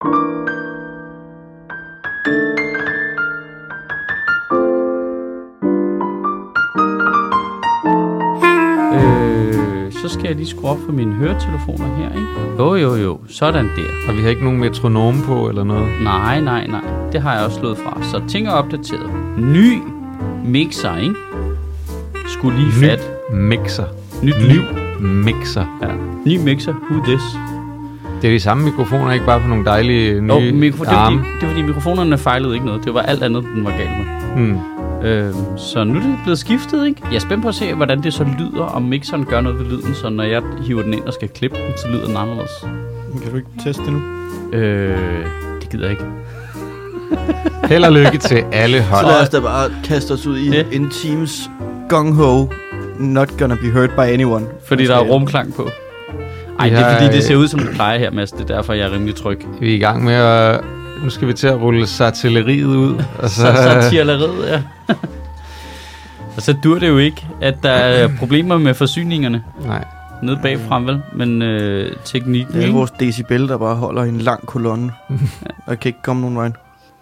Så skal jeg lige skrue op for mine høretelefoner her, ikke? Jo, sådan der. Og vi har ikke nogen metronome på eller noget? Nej. Det har jeg også slået fra. Så ting er opdateret. Ny mixer, ikke? Skulle lige fat. Mixer. Nyt liv. Mixer. Ja. Ny mixer. Who this? Det er de samme mikrofoner, ikke bare på nogle dejlige nye arme? Det var fordi mikrofonerne fejlede ikke noget. Det var alt andet, den var galt med. Så nu er det blevet skiftet, ikke? Jeg er spændt på at se, hvordan det så lyder, om mixeren gør noget ved lyden, så når jeg hiver den ind og skal klippe den, så lyder den anderledes. Kan du ikke teste det nu? Det gider jeg ikke. Held og lykke til alle hold. Så lad os da bare kaste os ud i en teams gung-ho, not gonna be heard by anyone. Fordi der er rumklang på. Ej, det er fordi, det ser ud som det plejer her, Mads. Det er derfor, jeg er rimelig tryg. Vi er i gang med at... Nu skal vi til at rulle sartilleriet ud. Sartilleriet, ja. Og så dur det jo ikke, at der er problemer med forsyningerne. Nej. Nede bagfra, vel? Men teknikken, det er vores decibel, der bare holder en lang kolonne. Og kan ikke komme nogen vej.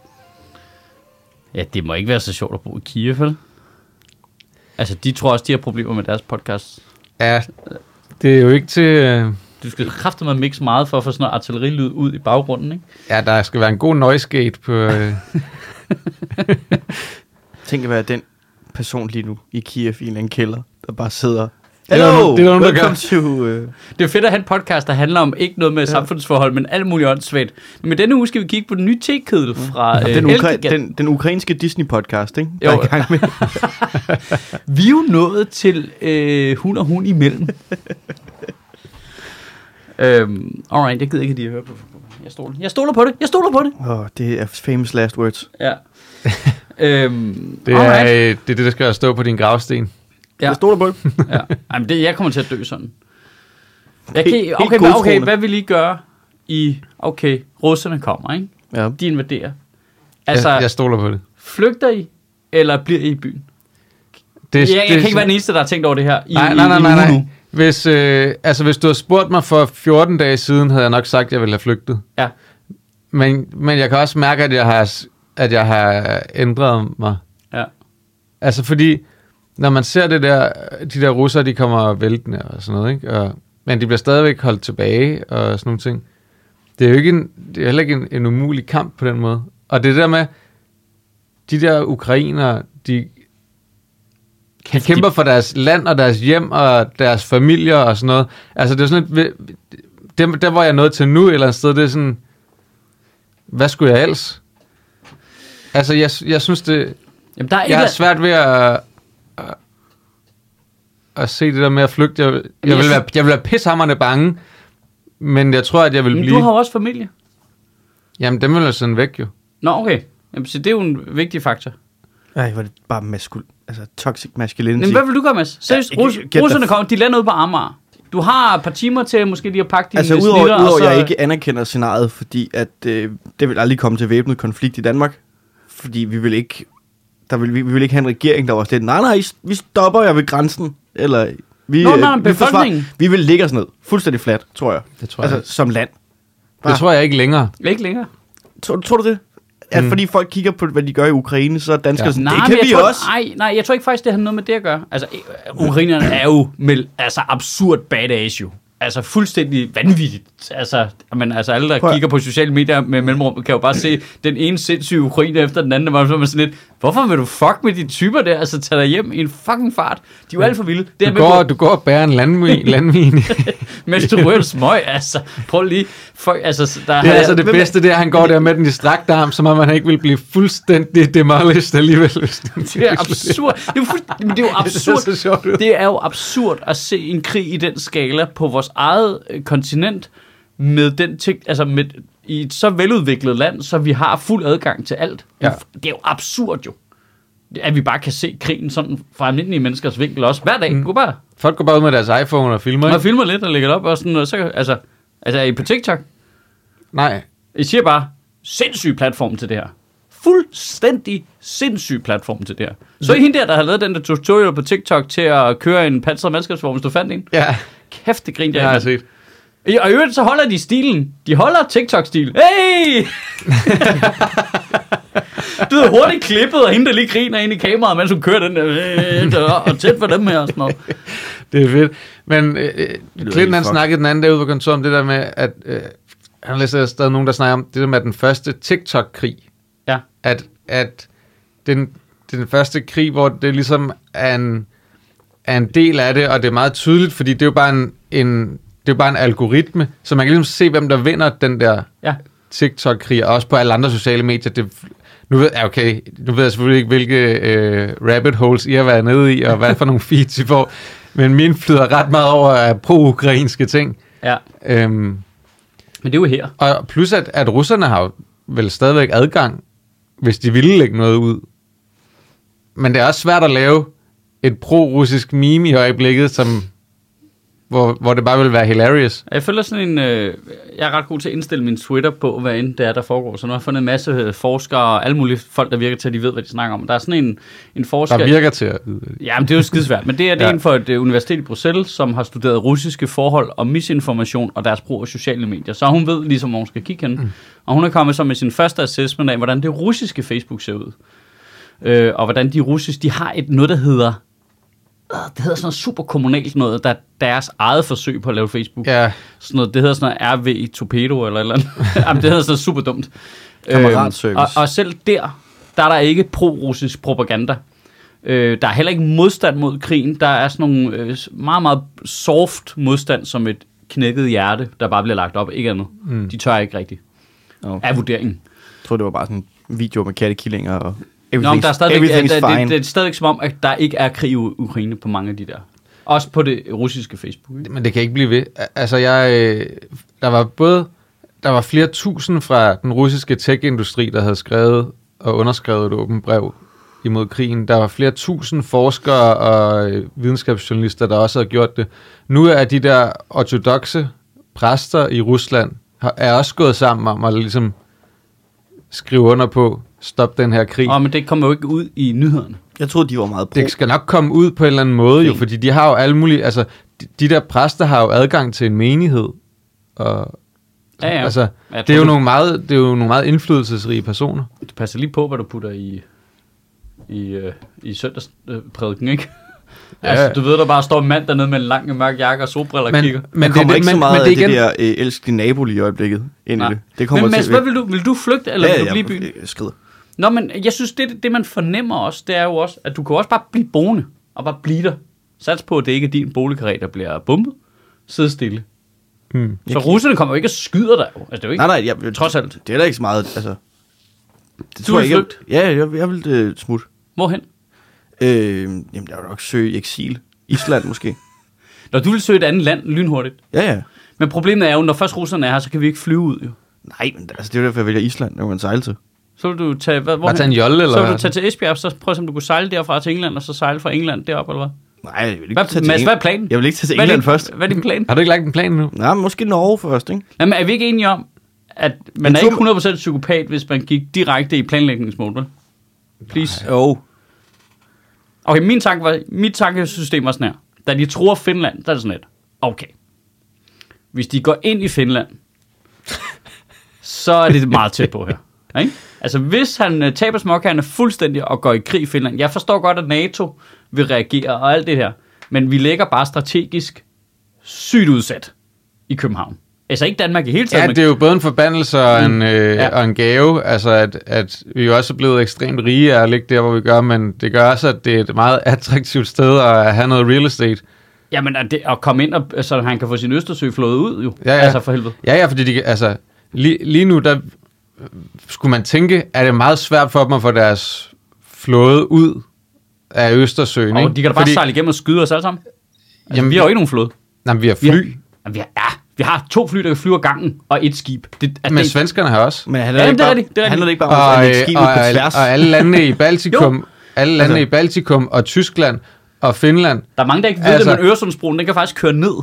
Ja, det må ikke være så sjovt at bo i Kiev, vel? Altså, de tror også, de har problemer med deres podcast. Ja, det er jo ikke til... Du skal kraftedeme mixe meget for at få sådan noget artillerilyd ud i baggrunden, ikke? Ja, der skal være en god noise gate på... Tænk at være den person lige nu i Kiev i en eller anden kælder, der bare sidder... Hello, det er nogen, der gør. Det er fedt at have en podcast, der handler om ikke noget med samfundsforhold, men alt muligt åndssvagt. Men denne uge skal vi kigge på den nye tekedel fra den ukrainske Disney-podcast, ikke? Jo. Der er i gang med. Vi er jo nået til hund og hund imellem. Alright, jeg gider ikke lige at høre på. Jeg stoler på det. Det er famous last words. Ja. Det er det, der skal stå på din gravsten. Ja. Jeg stoler på det. Ja. Jamen, jeg kommer til at dø sådan. Okay, hvad vil I gøre i... Okay, russerne kommer, ikke? Ja. De invaderer. Altså, jeg stoler på det. Flygter I, eller bliver I i byen? Jeg kan ikke være den eneste, der har tænkt over det her. Nej. Hvis du havde spurgt mig for 14 dage siden, havde jeg nok sagt, at jeg ville have flygtet. Ja. Men jeg kan også mærke, at jeg har ændret mig. Ja. Altså fordi, når man ser de der russere, de kommer væltende og sådan noget, ikke? Men de bliver stadigvæk holdt tilbage og sådan nogle ting. Det er jo ikke det er heller ikke en umulig kamp på den måde. Og det der med, de der ukrainere, de kæmper for deres land og deres hjem og deres familier og sådan noget. Altså det er sådan lidt, der hvor jeg er nået til nu et eller andet sted, det er sådan, hvad skulle jeg ellers? Altså jeg synes det, jamen, jeg har svært ved at se det der med at flygte. Jeg vil være pissehamrende bange, men jeg tror, at jeg vil blive... Du har også familie. Jamen, dem vil jeg sende væk jo. Nå, okay. Jamen, så det er jo en vigtig faktor. Ej, hvor er det bare toxic masculinity. Men hvad vil du gøre, Mads? Seriøst, russerne kommer, de lander ude på Amager. Du har et par timer til måske lige at pakke dine snitter. Udover jeg ikke anerkender scenariet, fordi at det vil aldrig komme til væbnet konflikt i Danmark. Fordi vi vil ikke have en regering, der var slet, nej, vi stopper jer ved grænsen. Eller vi vil ligge os ned. Fuldstændig flat, tror jeg. Det tror jeg. Som land. Det tror jeg ikke længere. Ikke længere? Tror du det? At fordi folk kigger på, hvad de gør i Ukraine, så er danskere sådan, det kan vi også. Nej, jeg tror ikke faktisk, det har noget med det at gøre. Altså, ukrainerne er jo absurd badass jo. Altså fuldstændig vanvittigt. Altså alle, der kigger på sociale medier med mellemrum, kan jo bare se den ene sindssyge ukrainer efter den anden, der var sådan lidt, hvorfor vil du fuck med de typer der, altså tage dig hjem i en fucking fart? De er jo alt for vilde. Du går og bærer en landmine. Mens du rører smøg, altså. Prøv lige. Det bedste, det er, at han går der med den i strakte arm, som om man ikke vil blive fuldstændig demolished alligevel. Det er absurd. Det er jo absurd. Det er jo absurd at se en krig i den skala på vores eget kontinent med den ting, altså i et så veludviklet land, så vi har fuld adgang til alt. Ja. Det er jo absurd jo. At vi bare kan se krigen sådan fra almindelige menneskers vinkel også. Hver dag. Folk går bare ud med deres iPhone og filmer. Og filmer lidt og lægger det op og sådan noget. Så, altså er I på TikTok? Nej. I siger bare, sindssyg platform til det her. Fuldstændig sindssyg platform til det her. Så hende der har lavet den der tutorial på TikTok til at køre en pansret mandskabsvogn, hvis du fandt en. Ja. Kæft, det grinte jeg. Det har jeg set. Og i øvrigt så holder de stilen. De holder TikTok-stil. Hey! Du er hurtigt klippet, og hende, der lige griner ind i kameraet, mens hun kører den der, og tæt for dem her og sådan noget. Det er fedt. Men Clinton, han snakkede den anden dag ude på kontoret om det der med, at han læser stadig nogen, der snakker om det der med den første TikTok-krig. Ja. At den første krig, hvor det ligesom er en del af det, og det er meget tydeligt, fordi det er jo bare en algoritme, så man kan ligesom se, hvem der vinder den der TikTok-krig, og også på alle andre sociale medier. Nu ved jeg selvfølgelig ikke, hvilke rabbit holes I har været nede i, og hvad for nogle feeds I får, men min flyder ret meget over af pro-ukrainske ting. Ja. Men det er jo her. Og plus, at russerne har jo vel stadigvæk adgang, hvis de ville lægge noget ud. Men det er også svært at lave et pro-russisk meme i øjeblikket, hvor det bare vil være hilarious. Jeg føler sådan jeg er ret god til at indstille min Twitter på, hvad end det er, der foregår. Så nu har jeg fundet en masse forskere og alle mulige folk, der virker til, at de ved, hvad de snakker om. Der er sådan en forsker... Der virker til at vide. Jamen, det er jo skidesvært. Men det er en for et universitet i Bruxelles, som har studeret russiske forhold og misinformation og deres brug af sociale medier. Så hun ved ligesom, hvor hun skal kigge hen. Og hun er kommet så med sin første assessment af, hvordan det russiske Facebook ser ud. Og hvordan de russiske... De har noget, der hedder... Det hedder sådan noget super kommunalt noget, der er deres eget forsøg på at lave Facebook. Ja. Sådan noget, det hedder sådan noget RV Torpedo eller et eller andet. Jamen, det hedder sådan noget super dumt. Kammeratservice. Og selv der er der ikke pro-russisk propaganda. Der er heller ikke modstand mod krigen. Der er sådan nogle meget, meget soft modstand, som et knækket hjerte, der bare bliver lagt op. Ikke andet. De tør ikke rigtigt. Okay. Af vurderingen. Jeg tror, det var bare sådan en video med kattekillinger og... Nå, men der er stadigvæk, det er stadigvæk som om, at der ikke er krig i Ukraine på mange af de der. Også på det russiske Facebook. Ikke? Men det kan ikke blive ved. Altså, der var flere tusind fra den russiske tech-industri, der havde skrevet og underskrevet et åbent brev imod krigen. Der var flere tusind forskere og videnskabsjournalister, der også havde gjort det. Nu er de der ortodokse præster i Rusland er også gået sammen om at ligesom skrive under på stop den her krig. Men det kommer jo ikke ud i nyhederne. Jeg troede, de var meget pro. Det skal nok komme ud på en eller anden måde, jo, fordi de har jo alle mulige... Altså, de der præster har jo adgang til en menighed. Og, altså, det er jo nogle meget indflydelsesrige personer. Du passer lige på, hvad du putter i søndagsprædiken, ikke? Ja. Altså, du ved, der bare står en mand dernede med en lang mørk jakke og solbriller og kigger. Men det kommer ikke så meget af det der elsk din nabo lige i øjeblikket ind i det. Det kommer men hvad vil du flygte, eller vil du blive i byen? Jeg skrider. Nå, men jeg synes, det man fornemmer også, det er jo også, at du kan også bare blive boende, og bare blive der. Sats på, at det ikke er din boligkarret, der bliver bombet. Sidde stille. Så russerne kommer jo ikke og skyder dig jo. Altså, det er jo ikke, nej, trods alt. Det er da ikke så meget, altså... Det du vil flygte? Ja, jeg vil smutte. Hvorhen? Jamen, jeg vil nok søge i eksil. Island måske. Når du vil søge et andet land lynhurtigt. Ja. Men problemet er jo, når først russerne er her, så kan vi ikke flyve ud jo. Nej, men altså, det er jo derfor, jeg vælger Island, når man sejler til. Så vil du tage... Bare tage en jolle, eller så vil du tage til Esbjerg, så prøv at du kunne sejle derfra til England, og så sejle fra England derop, eller hvad? Nej, jeg vil ikke tage til England. Hvad er planen? Jeg vil ikke tage til England først. Hvad er din plan? Har du ikke lagt en plan nu? Nej, måske Norge først, ikke? Jamen, er vi ikke enige om, at man er ikke 100% psykopat, hvis man gik direkte i planlægningsmode, vel? Please. Jo. Okay, mit tankesystem var sådan her. Da de tror Finland, der er det sådan et. Okay. Hvis de går ind i Finland, så er det meget tæt på her. Ikke? Altså, hvis han taber småkagerne fuldstændig og går i krig i Finland. Jeg forstår godt, at NATO vil reagere og alt det her. Men vi ligger bare strategisk sygt udsat i København. Altså ikke Danmark i hele tiden. Ja, det er jo både en forbandelse og en gave. Altså, at vi jo også er blevet ekstremt rige af at ligge der, hvor vi gør. Men det gør også, at det er et meget attraktivt sted at have noget real estate. Jamen, at komme ind, så han kan få sin Østersø-flåde ud jo. Ja. Altså, for helvede. Ja, fordi lige nu, der skulle man tænke, at det er meget svært for dem at få deres flåde ud af Østersøen. Og de kan da bare sejle igennem og skyde os alle sammen. Altså, jamen, vi har jo ikke nogen flåde. Nej, vi har fly. Vi har 2 fly, der kan flyve ad gangen, og 1 skib. Men svenskerne har også. Men handler det ikke bare om et skib på tværs? Og alle landene i Baltikum, i Baltikum og Tyskland og Finland. Der er mange, der ikke ved det, men Øresundsbroen, den kan faktisk køre ned.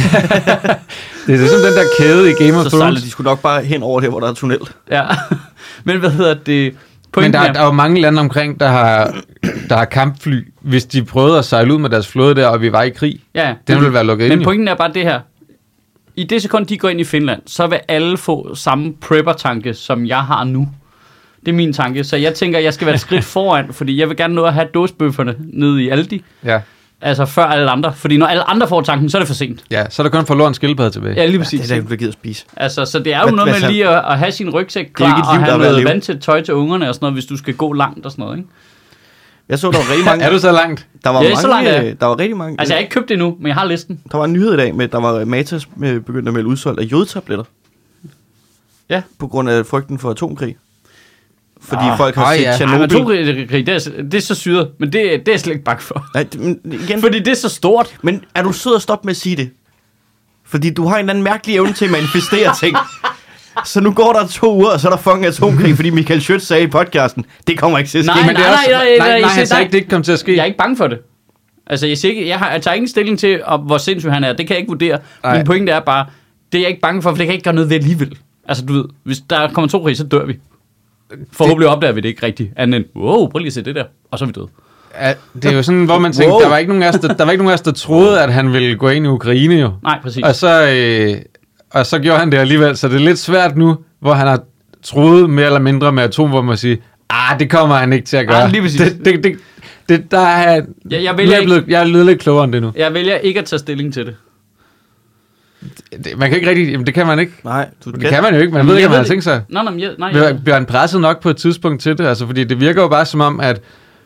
Det er sådan den der kæde i Game of Thrones. Så de skulle nok bare hen over det, hvor der er tunnel. Ja, men hvad hedder det? Men der er jo mange lande omkring, der har kampfly, hvis de prøvede at sejle ud med deres flåde der, og vi var i krig. Ja. Den ville være lukket ind. Men pointen er bare det her. i det sekund, de går ind i Finland, så vil alle få samme prepper-tanke, som jeg har nu. Det er min tanke. Så jeg tænker, jeg skal være et skridt foran, fordi jeg vil gerne nå at have dåsebøfferne nede i Aldi. Ja. Altså før alle andre. Fordi når alle andre får tanken, så er det for sent. Ja, så er der kun forloren skildpadde tilbage. Ja, lige præcis. Det er der, givet at spise. Altså, så det er jo noget med lige at have sin rygsæk klar, og have noget vandtæt tøj til ungerne og sådan noget, hvis du skal gå langt og sådan noget, ikke? Jeg så, der var rigtig mange... Er du så langt? Der var mange, så langt er jeg. Der var rigtig mange... Altså, jeg har ikke købt det endnu, men jeg har listen. Der var en nyhed i dag med, der var Matas begyndt at melde udsolgt af jodtabletter. Ja. På grund af frygten for atomkrig. Fordi folk har set Chernobyl. Atomkrig, det er så syret, men det er jeg slet ikke bange for. Nej, igen. Fordi det er så stort. Men er du sød at stoppe med at sige det? Fordi du har en anden mærkelig evne til at manifestere ting. Så nu går der 2 uger, og så er der fucking atomkrig, fordi Michael Schøtz sagde i podcasten, det kommer ikke til at ske. Nej, han sagde ikke, det ikke kom til at ske. Jeg er ikke bange for det. Altså, jeg tager ingen stilling til, hvor sindssyg han er. Det kan jeg ikke vurdere. Nej. Min pointe er bare, det er jeg ikke bange for, for det kan ikke gøre noget ved alligevel. Altså, du ved, hvis der kommer atomkrig, så dør vi. Forhåbentlig opdager vi det ikke rigtigt. Andet end, wow, prøv lige at se det der, og så er vi døde. Ja, det er jo sådan, hvor man tænkte, der var ikke nogen af os, der troede, at han ville gå ind i Ukraine jo. Nej, præcis. Og så gjorde han det alligevel, så det er lidt svært nu, hvor han har troet mere eller mindre med atomvåben at sige, det kommer han ikke til at gøre. Lige præcis. Der er, jeg er lidt lidt klogere end det nu. Jeg vælger ikke at tage stilling til det. Man kan ikke rigtig, jamen det kan man ikke. Nej, det kan man jo ikke, man ved ikke, hvad man har tænkt sig. Nej. Bliver han presset nok på et tidspunkt til det? Altså, fordi det virker jo bare som om, at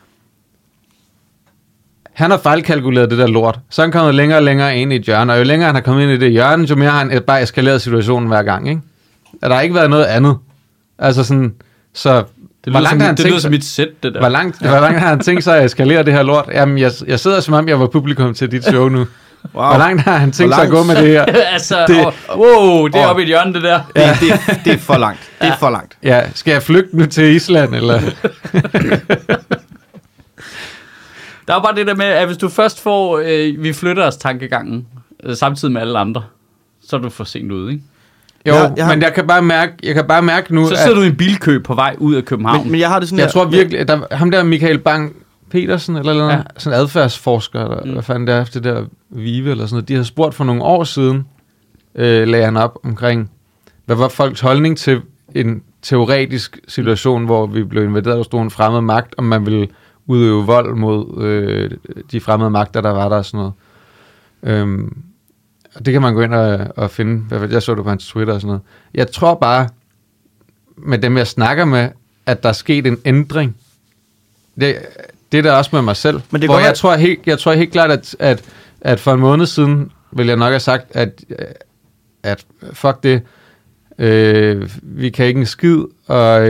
han har fejlkalkuleret det der lort. Så er han kommet længere og længere ind i et hjørne, og jo længere han har kommet ind i det hjørne, jo mere har han bare eskaleret situationen hver gang, ikke? At der har ikke været noget andet. Altså sådan, så... Det lyder som mit sæt, det der. Hvor langt har han tænkt sig at eskalere det her lort? Jamen, jeg sidder som om, jeg var publikum til dit show nu. Wow. Hvor langt har han tænkt sig at gå med det her? Altså, det er oppe i et hjørne, det der. Ja. Det er for langt. Det er for langt. Ja, skal jeg flygte nu til Island, eller... Der er jo bare det der med, at hvis du først får, vi flytter os tankegangen, samtidig med alle andre, så er du for sent ude, ikke? Jo, men jeg kan bare mærke nu, så sidder du i en bilkø på vej ud af København. Men jeg har det sådan jeg tror virkelig, ham der Michael Bang Petersen, eller sådan en adfærdsforsker, eller hvad fanden det er, det der Vive, eller sådan noget, de havde spurgt for nogle år siden, lagde han op omkring, hvad var folks holdning til en teoretisk situation, hvor vi blev invaderet af en fremmed magt, om man ville udøve vold mod de fremmede magter, der var der og sådan noget. Det kan man gå ind og finde. Jeg så det på hans Twitter og sådan noget. Jeg tror bare, med dem jeg snakker med, at der er sket en ændring. Det er der også med mig selv. Men det hvor jeg tror helt klart, at for en måned siden, vil jeg nok have sagt, at fuck det, vi kan ikke en skid, og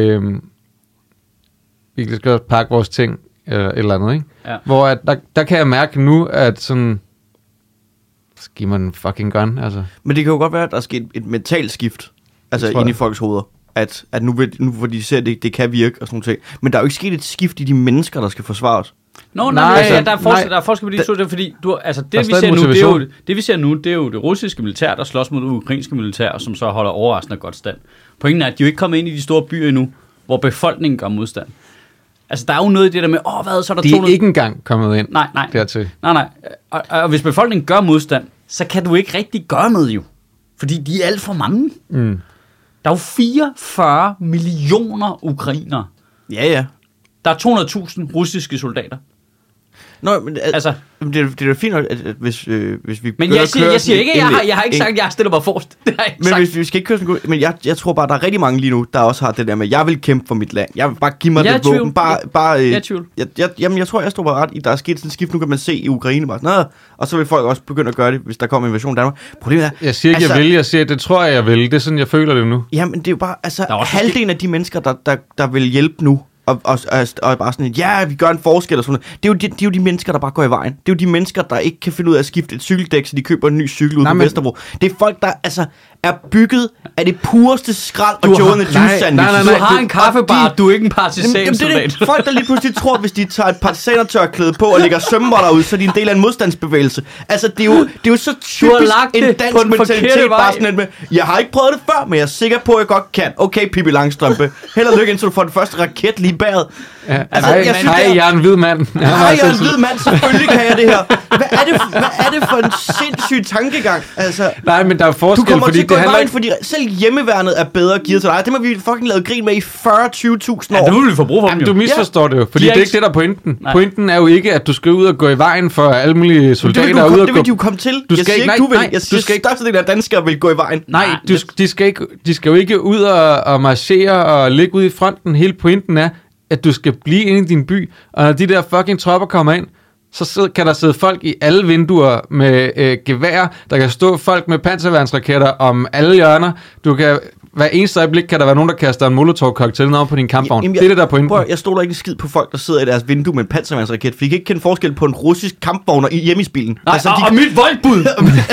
vi skal også pakke vores ting, eller andet, ikke? Ja. Hvor at der kan jeg mærke nu, at sådan, giv mig en fucking gun, altså. Men det kan jo godt være, at der er sket et mentalt skift, altså ind i folks hoveder, at nu hvor de ser, at det kan virke og sådan noget ting. Men der er jo ikke sket et skift i de mennesker, der skal forsvares. Nej, der er forskel på de to, fordi det vi ser nu, det er jo det russiske militær, der slås mod det ukrainske militær, som så holder overraskende godt stand. Pointen er, at de jo ikke kommet ind i de store byer endnu, hvor befolkningen gør modstand. Altså, der er jo noget i det der med, så er der 200... De er ikke engang kommet ind dertil. Nej. Og hvis befolkningen gør modstand, så kan du ikke rigtig gøre noget jo. Fordi de er alt for mange. Mm. Der er jo 44 millioner ukrainere. Ja. Der er 200.000 russiske soldater. Nå, men altså, det er da fint, at hvis vi... Men jeg siger ikke, jeg har ikke sagt, at jeg stiller mig forrest. Men hvis vi skal ikke køre sådan... Men jeg tror bare, der er rigtig mange lige nu, der også har det der med, jeg vil kæmpe for mit land. Jeg vil bare give mig det våben. Jeg tror, jeg står bare ret i, der er sket sådan en skift. Nu kan man se i Ukraine bare sådan, og så vil folk også begynde at gøre det, hvis der kommer en invasion i Danmark. Problemet er... Jeg siger ikke, jeg siger, det tror jeg vil. Det er sådan, jeg føler det nu. Jamen, det er jo bare... Altså, halvdelen af de mennesker, der vil hjælpe nu, og bare sådan, vi gør en forskel og sådan noget. Det er jo de mennesker, der bare går i vejen. Det er jo de mennesker, der ikke kan finde ud af at skifte et cykeldæk, så de køber en ny cykel ude på Vesterbro. Det er folk, der altså er bygget af det pureste skrald og Joe and the Juice sandwich. Du har en kaffebar, du er ikke en partisansoldat. Det er folk, der lige pludselig tror, hvis de tager et partisanertørklæde på og lægger sømmer ud, så er de en del af en modstandsbevægelse. Altså, det er jo så typisk en dansk mentalitet, bare sådan med, jeg har ikke prøvet det før, men jeg er sikker på, at jeg godt kan. Okay, Pippi Langstrømpe. Held og lykke, indtil du får den første raket lige bagud. Ja, altså, jeg er en hvid mand. Jeg er en hvid mand, selvfølgelig kan jeg det her. Hvad er det for en sindssyg tankegang? Altså, nej, men der er forskel, du kommer fordi til at gå i vejen, fordi selv hjemmeværnet er bedre gearet til dig. Det må vi fucking lave grin med i 40-20.000 år. Ja, det vil vi få brug for. Jamen, du misforstår det jo, fordi det er ikke det, der er pointen. Nej. Pointen er jo ikke, at du skal ud og gå i vejen for alle mulige soldater. Det vil de jo komme til. Jeg siger ikke, du vil. Jeg siger, størstedelen af danskere vil gå i vejen. Nej, de skal jo ikke ud og marchere og ligge ude i fronten. Hele pointen er, at du skal blive inde i din by, og når de der fucking tropper kommer ind, så kan der sidde folk i alle vinduer med gevær, der kan stå folk med panserværnsraketter om alle hjørner. Du kan, hver eneste øjeblik kan der være nogen, der kaster en molotov-cocktail ned på din kampvogn. Det er det, der er pointen. Jeg stoler ikke en skid på folk, der sidder i deres vindue med en panserværnsraket, for de kan ikke kende forskel på en russisk kampvogn og hjemmespilen. Nej, altså, og mit voldbud!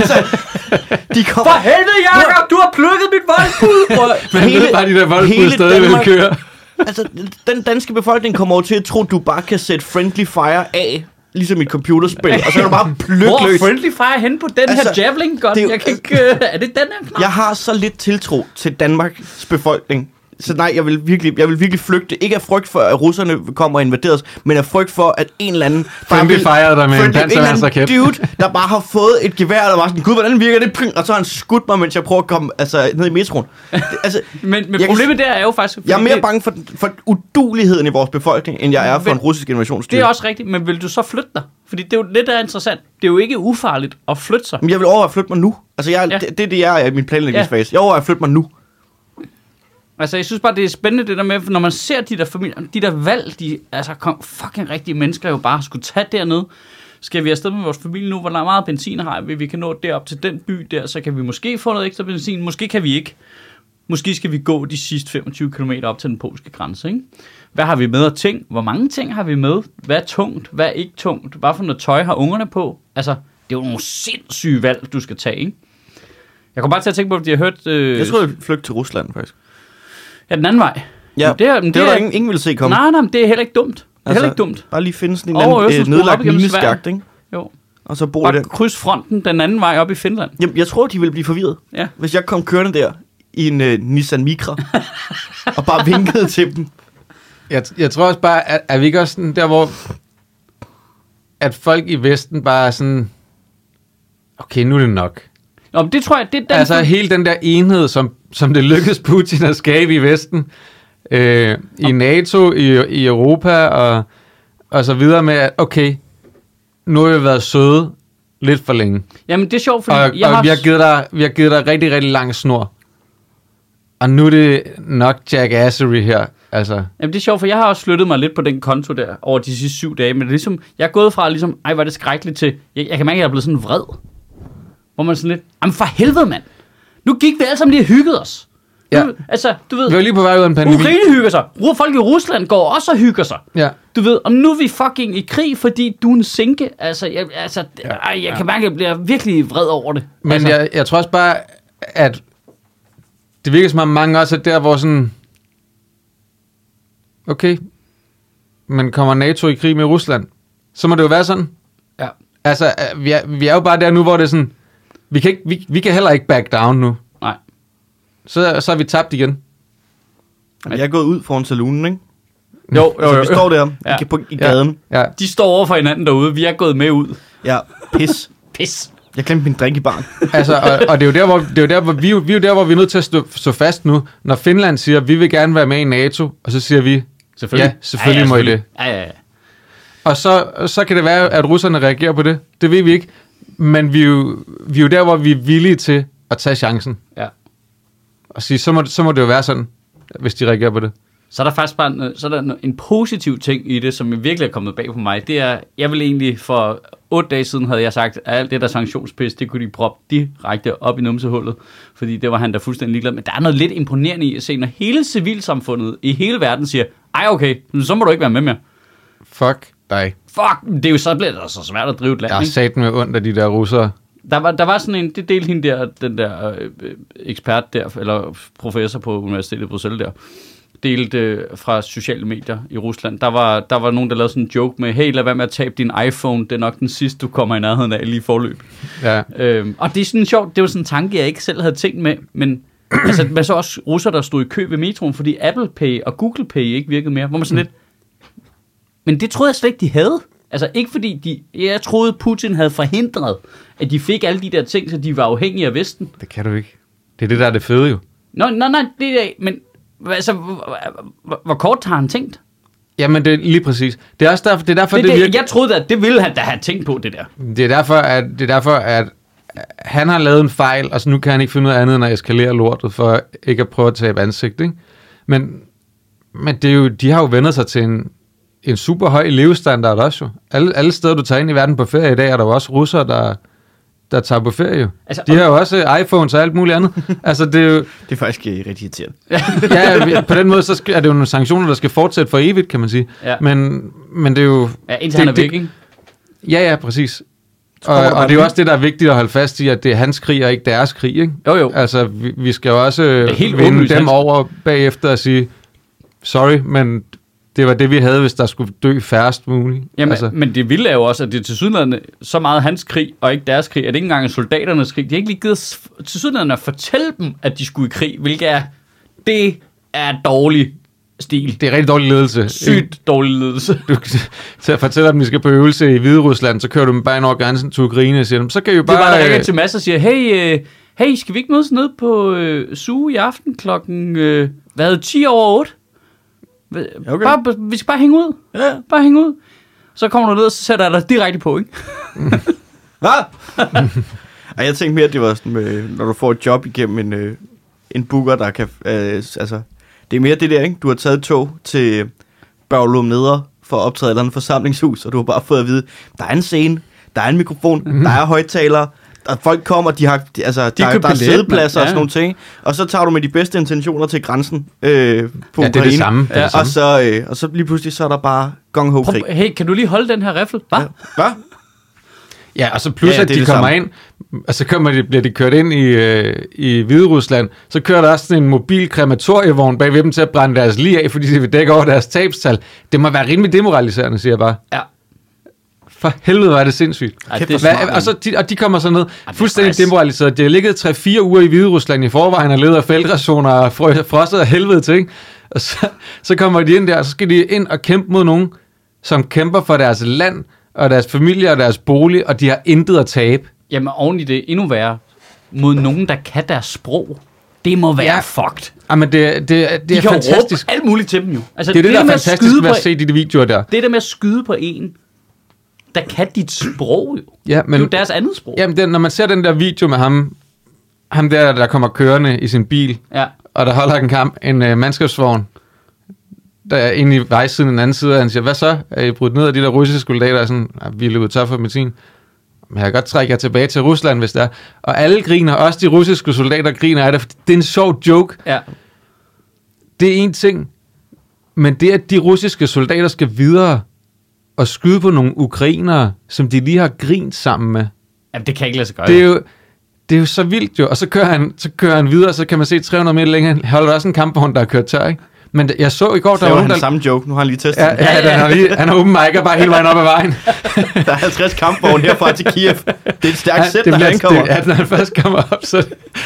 De kommer... For helvede, Jacob! Du har plukket mit voldbud! Men hele, bare de der voldbud stadig vil køre. Altså, den danske befolkning kommer over til at tro, at du bare kan sætte friendly fire af, ligesom i et computerspil, og så er du bare pløk løs. Hvor er friendly fire hen på den her javelin gun? Jeg kan ikke... er det den her knap? Jeg har så lidt tiltro til Danmarks befolkning. Så nej, jeg vil virkelig flygte. Ikke af frygt for, at russerne kommer og invaderer os, men af frygt for, at en eller anden... Friendly fire der med en panserværnsraket. Dude, der bare har fået et gevær, der var sådan, gud, hvordan virker det? Og så har han skudt mig, mens jeg prøver at komme ned i metroen. Men problemet der er jo faktisk... Jeg er mere bange for uduligheden i vores befolkning, end jeg er for en russisk invasionsstyrke. Det er også rigtigt, men vil du så flytte dig? Fordi det er jo lidt der interessant. Det er jo ikke ufarligt at flytte sig. Men jeg vil overveje at flytte mig nu. Altså, det er i min planlægningsfase. Jeg overvejer at flytte mig nu. Altså, jeg synes bare, det er spændende det der med, når man ser de der familier, de der valg, fucking rigtige mennesker jo bare skulle tage derned. Skal vi afsted med vores familie nu, hvor der er meget benzin har vi kan nå derop til den by der, så kan vi måske få noget ekstra benzin, måske kan vi ikke. Måske skal vi gå de sidste 25 km op til den polske grænse, ikke? Hvad har vi med af ting? Hvor mange ting har vi med? Hvad er tungt? Hvad er ikke tungt? Hvad for noget tøj har ungerne på? Altså, det er jo nogle sindssyge valg, du skal tage, ikke? Jeg kommer bare til at tænke på, at de har hørt... Jeg tror, jeg flygte til Rusland, faktisk. Ja, den anden vej. Ja, det var der ingen ville se komme. Nej, det er heller ikke dumt. Det er heller ikke dumt. Bare lige finde sådan en anden nedlagt mineskagt, ikke? Jo. Og så bo der. Kryds fronten den anden vej op i Finland. Jamen, jeg tror, de ville blive forvirret. Ja. Hvis jeg kom kørende der i en Nissan Micra og bare vinkede til dem. Jeg tror også bare, at vi ikke også sådan der, hvor at folk i Vesten bare er sådan, okay, nu er det nok. Nå, det tror jeg, det er den... Altså hele den der enhed, som det lykkedes Putin at skabe i Vesten, i NATO, i Europa og så videre med, at okay, nu har vi været søde lidt for længe. Jamen det er sjovt, fordi vi har givet dig rigtig, rigtig lang snor. Og nu er det nok jackassery her. Altså. Jamen det er sjovt, for jeg har også flyttet mig lidt på den konto der over de sidste 7 dage, men ligesom, jeg er gået fra ligesom, ej, var det skrækkeligt til, jeg kan mærke, at jeg er blevet sådan vred. Hvor man sådan lidt, jamen for helvede, mand. Nu gik vi alle sammen lige og hyggede os. Ja. Altså, du ved, vi var lige på vej ud af en pandemi. Ukraine hygger sig. Folk i Rusland går også og hygger sig. Ja. Du ved, og nu er vi fucking i krig, fordi du er en sinke. Altså, jeg kan mærke, at jeg bliver virkelig vred over det. Men altså. jeg tror også bare, at det virker som om mange også er der, hvor sådan, okay, men kommer NATO i krig med Rusland, så må det jo være sådan. Ja. Altså, vi er jo bare der nu, hvor det er sådan, vi kan heller ikke back down nu. Nej. Så er vi tabt igen. Jeg er gået ud foran saloonen, ikke? Jo. Så vi står der i gaden. Ja. De står over for hinanden derude. Vi er gået med ud. Ja, pis. Jeg glemte min drink i baren. Altså, og det er jo der, hvor vi er der, hvor vi er nødt til at stå fast nu. Når Finland siger, vi vil gerne være med i NATO, og så siger vi, selvfølgelig må I det. Ja. Og så kan det være, at russerne reagerer på det. Det ved vi ikke. Men vi er jo der, hvor vi er villige til at tage chancen. Ja. Og sige, så må det jo være sådan, hvis de reagerer på det. Så er der faktisk bare en positiv ting i det, som virkelig er kommet bag på mig. Det er, jeg vil egentlig for 8 dage siden havde jeg sagt, at alt det der sanktionspis, det kunne de proppe direkte op i numsehullet. Fordi det var han der fuldstændig ligeglad. Men der er noget lidt imponerende i at se, når hele civilsamfundet i hele verden siger, ej okay, så må du ikke være med mere. Fuck dig. Fuck, det er jo så bliver det så svært at drive et land. Jeg har sat med ondt af de der russere. Der var sådan en, det delte hende der, den der ekspert der, eller professor på Universitetet i Bruxelles der, delte fra sociale medier i Rusland. Der var nogen, der lavede sådan en joke med, hey, lad være med at tabe din iPhone, det er nok den sidste, du kommer i nærheden af lige forløb. Ja. Og det er sådan sjovt, det var sådan en tanke, jeg ikke selv havde tænkt med, men altså, man så også russer, der stod i kø ved metroen, fordi Apple Pay og Google Pay ikke virkede mere, hvor man sådan lidt, men det troede jeg slet ikke, de havde. Altså ikke fordi jeg troede, Putin havde forhindret, at de fik alle de der ting, så de var afhængige af Vesten. Det kan du ikke. Det er det, der er det fede jo. Nej, det er, men altså, hvor kort har han tænkt? Jamen, det er lige præcis. Det er også derfor, det virker... Jeg troede, at det ville han da have tænkt på, det der. Det er derfor, at han har lavet en fejl, og så nu kan han ikke finde noget andet, end at eskalere lortet, for ikke at prøve at tabe ansigt, ikke? Men det er jo, de har jo vendt sig til en super høj levestandard også jo. Alle steder, du tager ind i verden på ferie i dag, er der jo også russere, der tager på ferie jo. Altså, de har jo også iPhones og alt muligt andet. Altså, det er jo... Det er faktisk rigtig irriterende. Ja, på den måde, så er det jo nogle sanktioner, der skal fortsætte for evigt, kan man sige. Ja. Men det er jo... Ja, indtil han er væk, ikke? Ja, præcis. Og det er jo også det, der er vigtigt at holde fast i, at det er hans krig og ikke deres krig, ikke? Jo. Altså, vi skal jo også vinde dem over bagefter og sige, sorry, men det var det, vi havde, hvis der skulle dø færrest muligt. Jamen, altså. Men det vilde er jo også, at det er tilsyneladende så meget hans krig, og ikke deres krig, at det ikke engang er soldaternes krig. De har ikke lige givet tilsyneladende at fortælle dem, at de skulle i krig, hvilket er dårlig stil. Det er rigtig dårlig ledelse. Sygt dårlig ledelse. Til at fortælle dem, at de skal på øvelse i Hviderusland, så kører du dem bare ind over grænsen til Ukraine og siger dem, så kan I jo bare... Det var der ringer til Mads og siger, hey, skal vi ikke mødes ned på Zoo i aften klokken 10 over 8? Okay. Vi skal bare hænge ud. Ja. Bare hænge ud. Så kommer du ned, og så sætter jeg dig direkte på, ikke? Hvad? Ej, jeg tænkte mere, at det var sådan, når du får et job igennem en booker, der kan... altså, det er mere det der, ikke? Du har taget tog til Børglum Nedre for at optræde et eller andet forsamlingshus, og du har bare fået at vide, der er en scene, der er en mikrofon, der er højttalere, og folk kommer, der er sædepladser og sådan nogle ting, og så tager du med de bedste intentioner til grænsen på Ukraine. Det er det samme. Og så lige pludselig, så er der bare gung-ho-krig. Hey, kan du lige holde den her riffel? Hvad? Ja, og så plus, at de kommer ind, og så bliver de kørt ind i Hviderusland, så kører der også sådan en mobil krematorievogn bagved dem til at brænde deres lig af, fordi de vil dække over deres tabstal. Det må være rimelig demoraliserende, siger jeg bare. Ja. For helvede, var det sindssygt. Og de kommer så ned fuldstændig demoraliseret. De har ligget 3-4 uger i Hviderusland i forvejen og levet af feltrationer og frosset af helvede til, ikke? Og så kommer de ind der, og så skal de ind og kæmpe mod nogen, som kæmper for deres land og deres familie og deres bolig, og de har intet at tabe. Jamen oven i det endnu værre, mod nogen, der kan deres sprog. Det må være fucked. Jamen det er fantastisk. De kan alt muligt til dem jo. Altså, det er der er fantastisk ved at se de videoer der. Det der med at skyde på en, der kan dit sprog jo. Ja, men, det er jo deres andet sprog. Jamen, når man ser den der video med ham der kommer kørende i sin bil, og der holder en mandskabsvogn, der er inde i vejsiden den anden side, og han siger, hvad så? Er I brudt ned af de der russiske soldater? Sådan, vi er løbet tør for medicin. Men jeg kan godt trække jer tilbage til Rusland, hvis det er. Og alle griner, også de russiske soldater griner af det, for det er en sjov joke. Ja. Det er en ting, men det at de russiske soldater skal videre og skyde på nogle ukrainere, som de lige har grint sammen med. Jamen, det kan ikke lade sig gøre. Det er jo så vildt jo. Og så kører han videre, så kan man se 300 meter længere. Holder også en kampvogn, der har kørt tør, ikke? Men jeg så i går, der var nogen, der... samme joke, nu har han lige testet. Han har åben mic'er bare hele vejen op ad vejen. Der er 50 kampvogne herfra til Kiev. Det er et stærkt sæt, når han kommer. Når han først kommer op, så...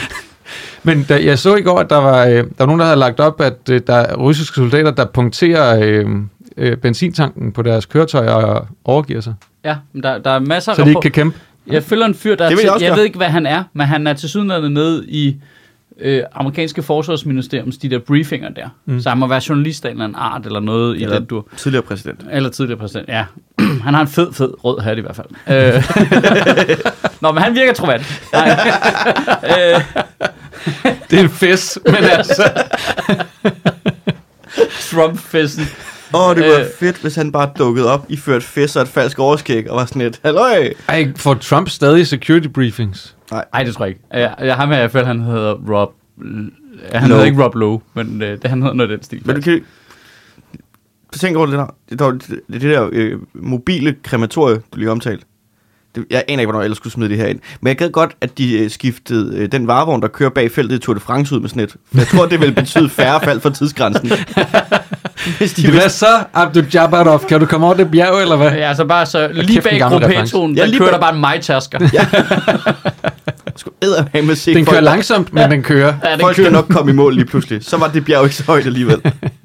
Men jeg så i går, at der var nogen, der havde lagt op, at der er russiske soldater, der punkterer benzintanken på deres køretøjer og overgiver sig. Ja, men der er masser af... Så de ikke kan kæmpe. Jeg følger en fyr, jeg ved ikke, hvad han er, men han er tilsyneladende nede i amerikanske forsvarsministeriums de der briefinger der. Så han må være journalist af en eller anden art, eller noget i den dur. Tidligere præsident. Eller tidligere præsident, ja. Han har en fed rød hat i hvert fald. Nå, men han virker troværdig. Det er en fest, men altså... Trump-festen. Det var fedt, hvis han bare dukkede op, iført fest og et falsk overskæg, og var sådan et, halløj! Får Trump stadig security briefings? Nej, det tror jeg ikke. Jeg har med, jeg føler, han hedder Rob... Han hedder ikke Rob Lowe, men han hedder noget af den stil. Men du kan... Tænk over det der. Det der mobile krematorie, du lige omtalte. Jeg aner ikke, hvornår jeg ellers skulle smide det her ind. Men jeg gad godt, at de skiftede den varevogn, der kører bag feltet i Tour de France ud med sådan et. Jeg tror, det vil betyde færre fald for tidsgrænsen. Hvad så, Abdul Jabbarov? Kan du komme over det bjerg, eller hvad? Ja, altså bare så lige bag gruppetonen, der kører der bare en majtasker. Ja. Den kører langsomt, men den kører. Ja, folk skal nok komme i mål lige pludselig. Så var det bjerg ikke så højt alligevel.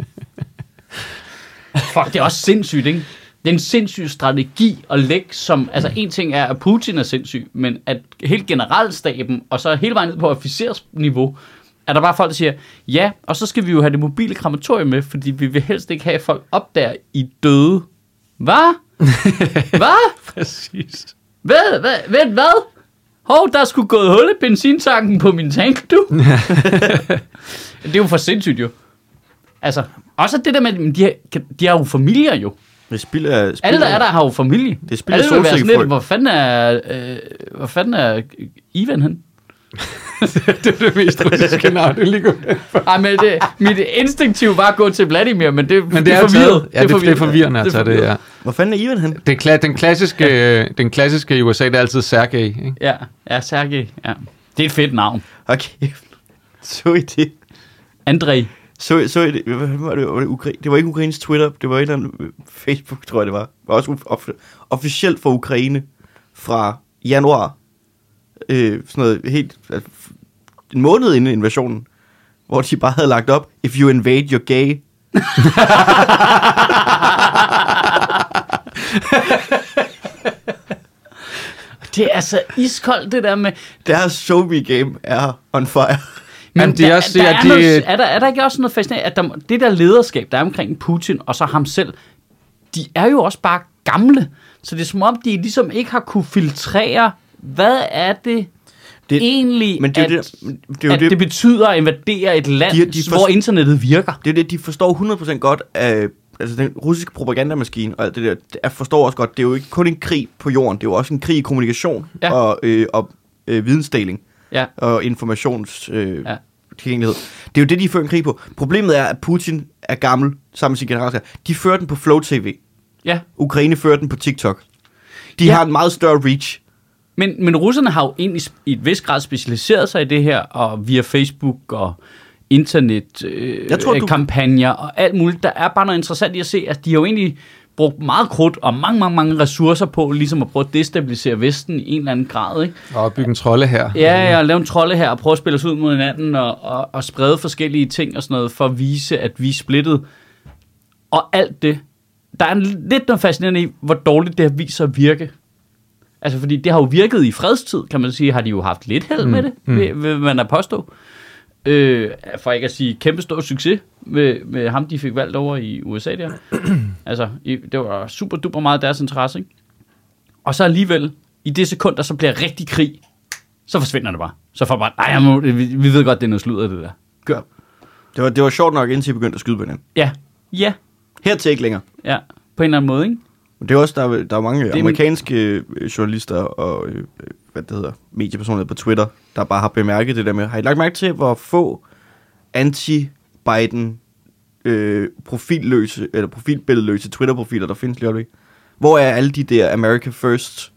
Fuck, det er også sindssygt, ikke? Det er en sindssyg strategi at lægge som... Altså, en ting er, at Putin er sindssyg, men at helt generalstaben, og så hele vejen ned på officersniveau, er der bare folk, der siger, ja, og så skal vi jo have det mobile krematorium med, fordi vi vil helst ikke have folk op der i døde. Hvad? Hvad? Præcis. Hvad? Hov, der skulle gået hul i benzintanken på min tank, du. Det er jo for sindssygt, jo. Altså, også det der med, de har jo familier, jo. Alle, der er der, har jo familie. Det spiller alle vil være sådan lidt, hvor fanden er Ivan hen? Det er det mest russiske navn, det lige går. Ej, men mit instinktiv var at gå til Vladimir, men det er forvirret. Ja, det er forvirrende at tage det, ja. Hvor fanden er Ivan hen? Den klassiske i USA, det er altid Sergej, ikke? Ja, Sergej, ja. Det er et fedt navn. Okay. Så I det? Andrej. Så I det? Det var ikke Ukraines Twitter, det var et eller andet Facebook, tror jeg det var. Det var også officielt for Ukraine fra januar. Sådan noget helt... Altså, en måned inden invasionen, hvor de bare havde lagt op, if you invade, you're gay. Det er altså iskoldt, det der med... Deres Soviet game er on fire. Men er der ikke også noget fascinerende, at det der lederskab, der er omkring Putin og så ham selv, de er jo også bare gamle. Så det er som om, de ligesom ikke har kunne filtrere, hvad er det egentlig, men det betyder at invadere et land, hvor internettet virker. Det er det, de forstår 100% godt af... Altså den russiske propagandamaskine og alt det der, jeg forstår også godt, det er jo ikke kun en krig på jorden, det er jo også en krig i kommunikation og vidensdeling og informationstilgængelighed. Det er jo det, de fører en krig på. Problemet er, at Putin er gammel sammen med sin generalsekretær. De fører den på Flow TV. Ja. Ukraine fører den på TikTok. De har en meget større reach. Men russerne har jo egentlig i et vis grad specialiseret sig i det her, og via Facebook og internetkampagner og alt muligt. Der er bare noget interessant i at se, at de har jo egentlig brugt meget krudt og mange ressourcer på ligesom at prøve at destabilisere Vesten i en eller anden grad, ikke? Og bygge en trolde her. Ja, lave en trolde her og prøve at spille os ud mod hinanden og sprede forskellige ting og sådan noget for at vise, at vi er splittet. Og alt det. Der er lidt noget fascinerende i, hvor dårligt det har vist sig at virke. Altså, fordi det har jo virket i fredstid, kan man sige, har de jo haft lidt held med det, vil man da påstå. For ikke at sige kæmpe stor succes med ham, de fik valgt over i USA der. Altså, det var super duper meget deres interesse, ikke? Og så alligevel, i det sekund, der så bliver rigtig krig, så forsvinder det bare. Så får bare, vi ved godt, det er noget sludder, det der. Gør. Det var sjovt nok, indtil I begyndte at skyde på hinanden. Ja. Hertil ikke længere. Ja, på en eller anden måde, ikke? Det er også, der er mange amerikanske journalister og mediepersoner på Twitter, der bare har bemærket det der med. Har I lagt mærke til, hvor få anti-Biden profilløse eller profilbilledløse Twitter-profiler, der findes lige øjeblik? Hvor er alle de der America First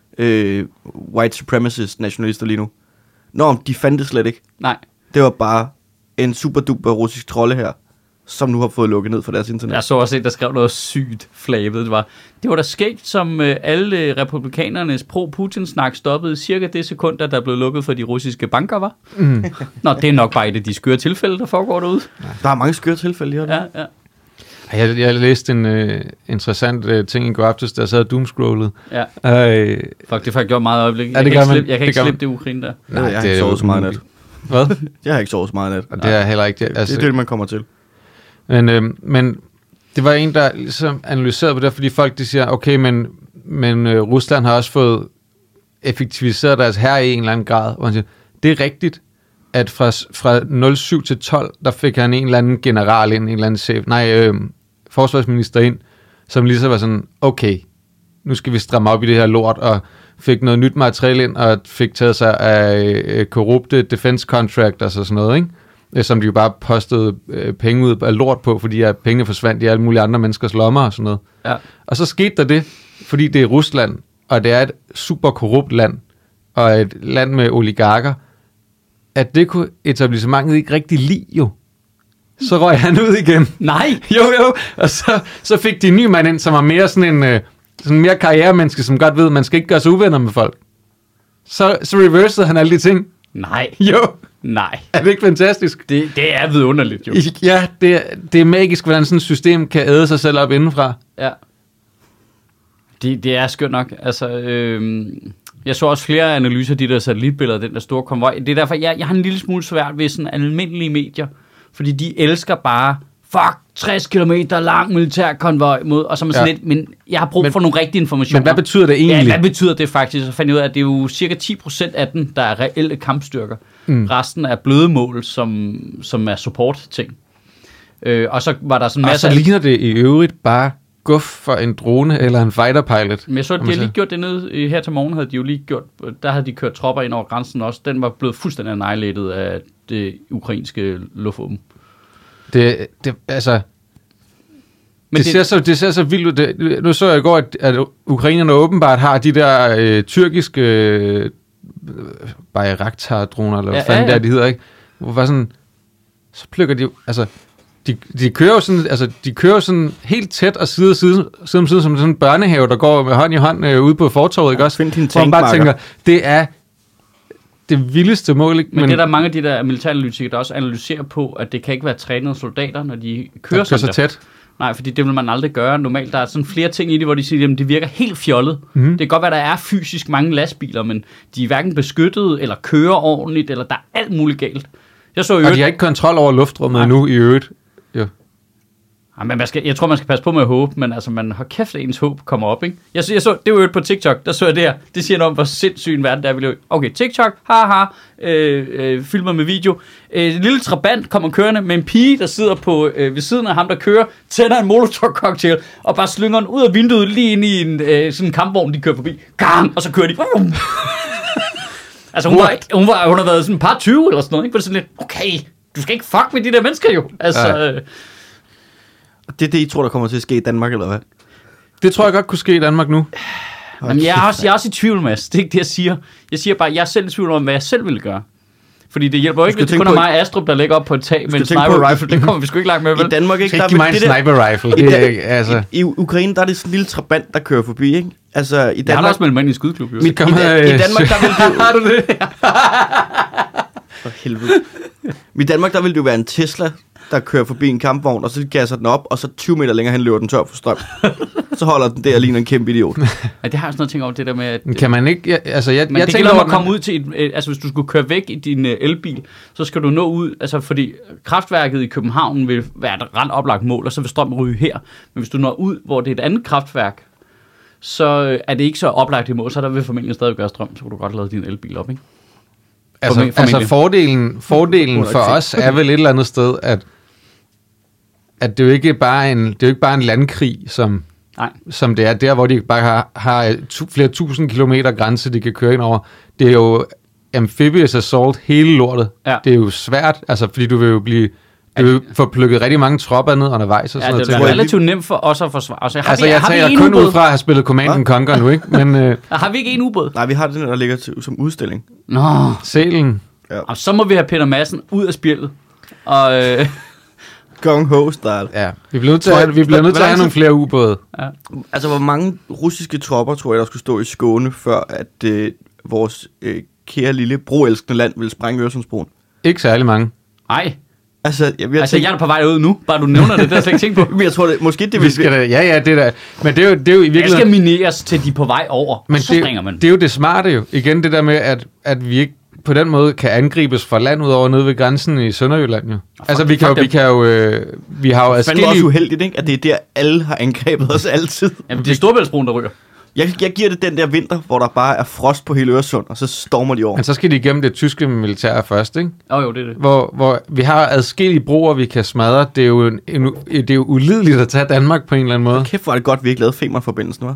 white supremacist nationalister lige nu? Nå, de fandtes slet ikke. Nej. Det var bare en super duper russisk trolde her, som nu har fået lukket ned for deres internet. Jeg så også en, der skrev noget sygt flabet. Det var da skægt, som alle republikanernes pro-Putin-snak stoppede cirka det sekund, der blev lukket for de russiske banker, var. Nå, det er nok bare et af de skøre tilfælde, der foregår derude. Der er mange skøre tilfælde, ja. Jeg læste en interessant ting i går aftes, der sad doomscrollet. Ja. Fuck, det får jeg gjort meget øjeblik. Jeg kan ikke slippe det Ukraine der. Nej, jeg har ikke sovet så meget nat. Hvad? Jeg har ikke sovet så meget nat. Og det er heller ikke det. Altså, det er det, man kommer til. Men det var en, der ligesom analyserede på det, fordi folk de siger, okay, men Rusland har også fået effektiviseret deres hær i en eller anden grad. Og siger, det er rigtigt, at fra 07 til 12, der fik han en eller anden general ind, en eller anden chef, forsvarsminister ind, som lige så var sådan, okay, nu skal vi stramme op i det her lort, og fik noget nyt materiale ind, og fik taget sig af korrupte defense contractors og sådan noget, ikke? Som de jo bare postede penge ud af lort på, fordi pengene forsvandt i alle mulige andre menneskers lommer og sådan noget. Ja. Og så skete der det, fordi det er Rusland, og det er et super korrupt land, og et land med oligarker, at det kunne etablissementet ikke rigtig lide jo. Så røg han ud igen. Nej! Jo, og så fik de en ny mand ind, som var mere sådan en sådan mere karrieremenneske, som godt ved, at man skal ikke gøre sig uvenner med folk. Så reversede han alle de ting. Nej. Jo. Nej. Er det ikke fantastisk? Det er vidunderligt jo. Ja, det er magisk, hvordan sådan et system kan æde sig selv op indenfra. Ja. Det er skørt nok. Altså, jeg så også flere analyser af de der satellitbilleder, den der store konvoj. Det er derfor, jeg har en lille smule svært ved sådan almindelige medier, fordi de elsker bare, 60 kilometer lang militærkonvoj mod, og så er man sådan lidt, men jeg har brug for nogle rigtige informationer. Men hvad betyder det egentlig? Ja, hvad betyder det faktisk? Så fandt jeg ud af, at det er jo cirka 10% af den, der er reelle kampstyrker. Resten er bløde mål, som er support-ting. Og så var der sådan en masse... Og så ligner det i øvrigt bare guf for en drone eller en fighter-pilot. Men jeg så, at de har lige gjort det nede her til morgen, havde de jo lige gjort, der havde de kørt tropper ind over grænsen også. Den var blevet fuldstændig annihilated af det ukrainske luftvåben. Altså... Men det ser så vildt ud. Nu så jeg i går, at ukrainerne åbenbart har de der tyrkiske Bayraktar-droner, eller hvad fanden der de hedder, ikke? Hvor var sådan... Så plukker de... Altså... De kører jo sådan helt tæt og side om side som sådan en børnehave, der går med hånd i hånd ude på fortovet, ikke også? Hvor man bare tænker, det er det vildeste mål, ikke? Men det er der mange af de der militæranalytikere, der også analyserer på, at det kan ikke være trænede soldater, når de kører så tæt. Nej, fordi det vil man aldrig gøre. Normalt der er sådan flere ting i det, hvor de siger, at det virker helt fjollet. Mm-hmm. Det kan godt være, der er fysisk mange lastbiler, men de er hverken beskyttet eller kører ordentligt, eller der er alt muligt galt. Og de har ikke kontrol over luftrummet endnu i øvrigt. Jo. Ja, men jeg tror, man skal passe på med at håbe, men altså, man har kæft, at ens håb kommer op, ikke? Jeg så, det var jo på TikTok, der så jeg det her. Det siger noget om, hvor sindssyg en verden der er. Okay, TikTok, filmer med video. En lille trabant kommer kørende med en pige, der sidder på ved siden af ham, der kører, tænder en molotov-cocktail, og bare slynger den ud af vinduet lige ind i en sådan en kampvogn, de kører forbi. Gang! Og så kører de. Altså, hun har været sådan et par 20 eller sådan noget, ikke? For det sådan lidt, okay, du skal ikke fuck med de der mennesker jo. Altså... Det er det, I tror, der kommer til at ske i Danmark, eller hvad? Det tror jeg godt kunne ske i Danmark nu. Jamen, jeg er også i tvivl, Mads. Det er ikke det, jeg siger. Jeg siger bare, at jeg er selv i tvivl om, hvad jeg selv ville gøre. Fordi det hjælper jo ikke, hvis det kun er mig og Astrup, der ligger op på et tag med en sniper rifle. Det kommer vi sgu ikke langt med, vel? I Danmark ikke. Der er en sniper rifle. I Ukraine, der er det sådan en lille trabant, der kører forbi, ikke? Altså, i Danmark... Jeg har også meldt mig ind i en skydeklub, jo. I Danmark, der vil du... Har du det? For helvede. I Danmark, der vil det jo være en Tesla, der kører forbi en kampvogn, og så gasser den op, og så 20 meter længere hen løber den tør for strøm. Så holder den der og ligner en kæmpe idiot. Ja, det har jeg sådan noget ting over det der med, at... Kan man ikke... Jeg tænker om at komme ud til altså, hvis du skulle køre væk i din elbil, så skal du nå ud... Altså, fordi kraftværket i København vil være et ret oplagt mål, og så vil strøm ryge her. Men hvis du når ud, hvor det er et andet kraftværk, så er det ikke så oplagt i mål, så der vil formentlig stadig gøre strøm, så kan du godt lade din elbil op, ikke? Altså fordelen for os er vel et eller andet sted, at det jo ikke bare en landkrig, som det er der, hvor de bare har flere tusind kilometer grænse, de kan køre ind over. Det er jo amphibious assault hele lortet. Ja. Det er jo svært, altså fordi du vil jo blive... Du vil få plukket rigtig mange tropper ned undervejs og sådan noget. Det er relativt nemt for os at forsvare. Altså, jeg taler kun ud fra at have spillet Command & Conquer nu, ikke? Men, har vi ikke en ubåd? Nej, vi har den, der ligger som udstilling. Nå. Sælen. Ja. Og så må vi have Peter Madsen ud af spillet. Og... Gong ho-style. Ja, vi bliver nødt til at have nogle flere ubåde. Ja. Altså, hvor mange russiske tropper, tror jeg, der skulle stå i Skåne, før at vores kære lille broelskende land ville sprænge Øresundsbroen? Ikke særlig mange. Nej. Altså, jeg er på vej ud nu. Bare du nævner det, der er slet ikke tænkt på. Men jeg tror, måske det vil... Ja, det der. Men det er jo i virkeligheden... Jeg skal mineres til de er på vej over, men så springer man. Det er jo det smarte jo. Igen det der med, at vi ikke på den måde kan angribes fra land ud over nede ved grænsen i Sønderjylland jo. Altså, vi har jo adskillige... Det er også uheldigt, ikke? At det er der, alle har angrebet os altid. Jamen, det er Storebæltsbroen, der ryger. Jeg giver det den der vinter, hvor der bare er frost på hele Øresund, og så stormer de over. Men så skal de igennem det tyske militær først, ikke? Jo, det er det. Hvor vi har adskillige broer, vi kan smadre. Det er jo ulideligt at tage Danmark på en eller anden måde. Kæft, hvor er det godt, vi ikke lavede Femern-forbindelsen, hva'?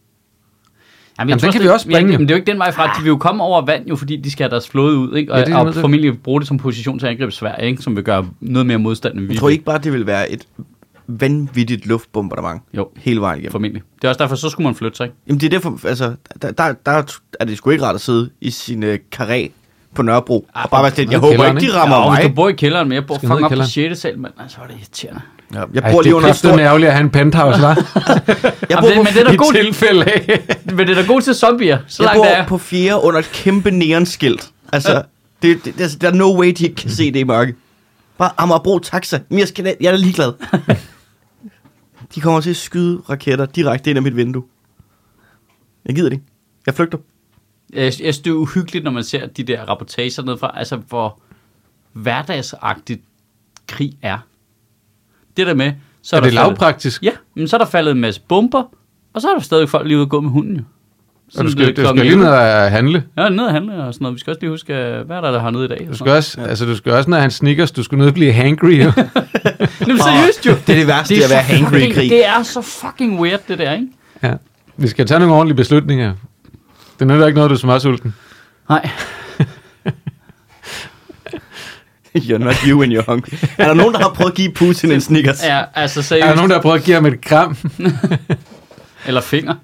Jamen den kan vi også springe. Men det er jo ikke den vej fra, de vil jo komme over vand, jo, fordi de skal have deres flåde ud, ikke? Og formentlig bruge det som position til at angribe Sverige, ikke? Som vil gøre noget mere modstand, end vi. Jeg tror ikke bare, det vil være et vanvittigt luftbombardement. Jo. Hele vejen igennem. Formentlig. Det er også derfor, så skulle man flytte sig, ikke? Jamen det er derfor, altså, der er det sgu ikke rart at sidde i sin karré på Nørrebro. Og bare være sådan, jeg håber ikke, de rammer mig. Du bor i kælderen, men jeg bor fucking op på 6. sal, men altså, var det irriterende. Ja, jeg bor lige under et stort... Det er ærgerligt at have en penthouse, hva'? Jeg bor men det er da god tilfælde af. Men det er da god til zombier, så langt jeg der er. bor på 4 under et kæmpe neonskilt. Altså, der er no way, de ikke kan se det i mørke. Bare Amagerbro Taxa. Men jeg er da ligeglad. De kommer til at skyde raketter direkte ind ad mit vindue. Jeg gider det ikke. Jeg flygter. Jeg synes, det er uhyggeligt, når man ser de der rapportager nedefra, altså hvor hverdagsagtigt krig er. Det der med... Så er det lavpraktisk? Ja, men så er der faldet en masse bomber, og så er der stadig folk lige ude og gå med hunden, jo. Og du skal lige ned og handle? Ja, ned og handle og sådan noget. Vi skal også lige huske, hvad er der hernede i dag? Du skal også ned og have en Snickers. Du skal ned og blive hangry, jo. Jamen seriøst, jo. Det er det værste, at være hangry i krig. Det er så fucking weird, det der, ikke? Ja. Vi skal tage nogle ordentlige beslutninger. Det nytter ikke noget, du er småsulten. Nej. You're not you when you're hungry. Er der nogen, der har prøvet at give Putin en Snickers? Ja, altså seriøst. Er der nogen, der har prøvet at give ham et kram? Eller finger.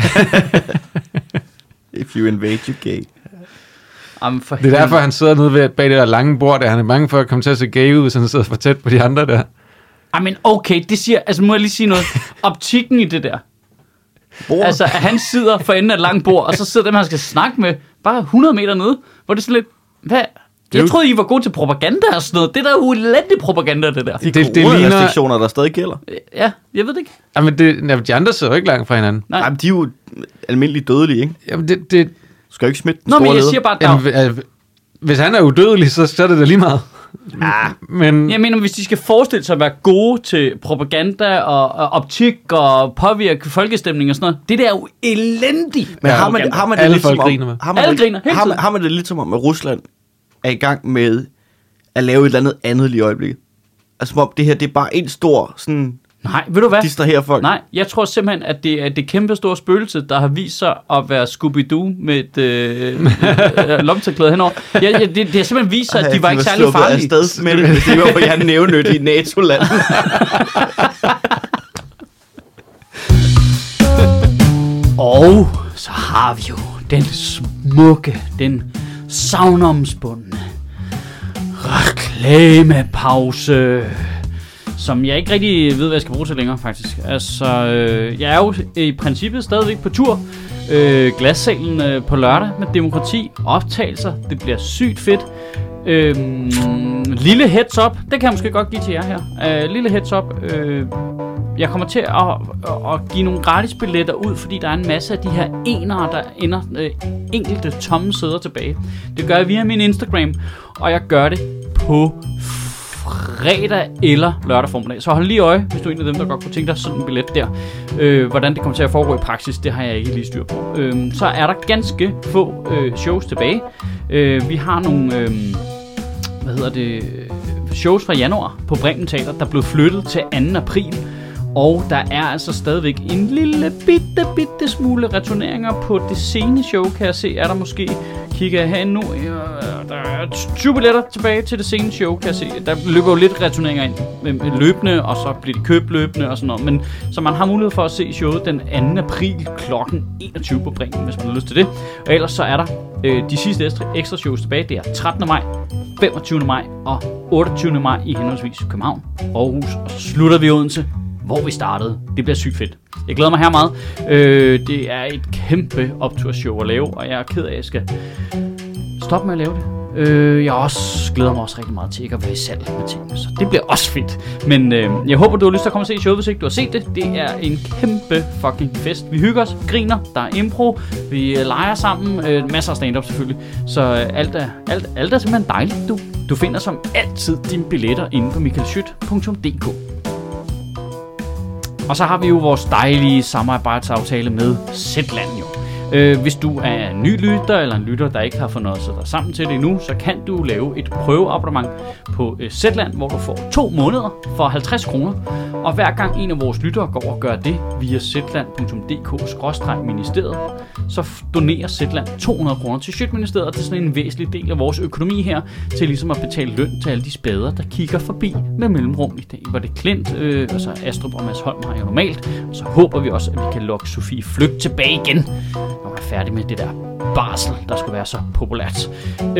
If you invade, you gay. Det er derfor, han sidder nede bag det der lange bord, der han er bange for at komme til at se gay ud, hvis han sidder for tæt på de andre der. Men okay, det siger, altså må jeg lige sige noget. Optikken i det der. Bord. Altså, at han sidder for enden af et langt bord, og så sidder dem, han skal snakke med, bare 100 meter nede, hvor det er sådan lidt, hvad? Jeg troede, I var gode til propaganda og sådan noget. Det der er jo elendig propaganda, det der. Det ligner restriktioner, der stadig gælder. Ja, jeg ved det ikke. Jamen, de andre sidder jo ikke langt fra hinanden. Nej. Jamen, de er jo almindeligt dødelige, ikke? Jamen, det... Skal jo ikke smitte den store men jeg siger bare, hvis han er udødelig, så er det da lige meget. Ja. Men jeg mener, hvis de skal forestille sig at være gode til propaganda og optik og påvirke folkestemning og sådan noget, det der er jo elendigt. Men har man det alle lidt folk som om, griner med. Har man det lidt som om, at Rusland er i gang med at lave et eller andet lige i øjeblikket? Altså som om det her, det er bare en stor sådan... Nej, ved du hvad? Distraherer folk. Nej, jeg tror simpelthen, at det er det kæmpe store spøgelse, der har vist sig at være Scooby-Doo med et lommetørklæde henover. Det har simpelthen vist sig, at de var ikke særlig farlige. Afsted med det, hvis det var på jer nævnyttige NATO-land. Og så har vi jo den smukke, den savnomsbundne reklamepause, som jeg ikke rigtig ved, hvad jeg skal bruge til længere, faktisk. Altså, jeg er jo i princippet stadigvæk på tur. Glassalen på lørdag med demokrati, optagelser, det bliver sygt fedt. Lille heads up, det kan jeg måske godt give til jer her. Lille heads up, jeg kommer til at give nogle gratis billetter ud, fordi der er en masse af de her enere, der ender enkelte tomme sæder tilbage. Det gør jeg via min Instagram, og jeg gør det på fredag eller lørdag formiddag. Så hold lige øje, hvis du er en af dem, der godt kunne tænke dig sådan en billet der. Hvordan det kommer til at foregå i praksis, det har jeg ikke lige styr på. Så er der ganske få shows tilbage. Vi har nogle shows fra januar på Bremen Teater, der blev flyttet til 2. april. Og der er altså stadigvæk en lille bitte smule returneringer på det sene show, kan jeg se. Er der måske, kigger jeg herinde nu, der er 20 billetter tilbage til det sene show, kan jeg se. Der løber jo lidt returneringer ind løbende, og så bliver de købt løbende og sådan noget. Men så man har mulighed for at se showet den 2. april kl. 21 på Bremen, hvis man har lyst til det. Og ellers så er der de sidste ekstra shows tilbage. Det er 13. maj, 25. maj og 28. maj i henholdsvis København, Aarhus, og så slutter vi i Odense, hvor vi startede. Det bliver sygt fedt. Jeg glæder mig her meget. Det er et kæmpe optursshow at lave, og jeg er ked af, at jeg skal stoppe med at lave det. Jeg glæder mig også rigtig meget til ikke at være i salg med tingene, så det bliver også fedt. Men jeg håber, du har lyst til at komme og se showet, hvis ikke du har set det. Det er en kæmpe fucking fest. Vi hygger os, griner, der er impro, vi leger sammen, masser af stand-up selvfølgelig. Så alt er simpelthen dejligt, du. Du finder som altid dine billetter inde på michaelschyt.dk. Og så har vi jo vores dejlige samarbejdsaftale med Zetland jo. Hvis du er en ny lytter, eller en lytter, der ikke har fået noget sig der sammen til det endnu, så kan du lave et prøveabonnement på Zetland, hvor du får 2 måneder for 50 kroner. Og hver gang en af vores lyttere går og gør det via zetland.dk/ministeriet, så donerer Zetland 200 kroner til Sjøtministeriet, og det er sådan en væsentlig del af vores økonomi her, til ligesom at betale løn til alle de spader, der kigger forbi med mellemrum. I dag var det Klint, og så Astrup og Mads Holm har jo normalt, og så håber vi også, at vi kan lokke Sofie Flygt tilbage igen, når vi er færdige med det der barsel, der skulle være så populært.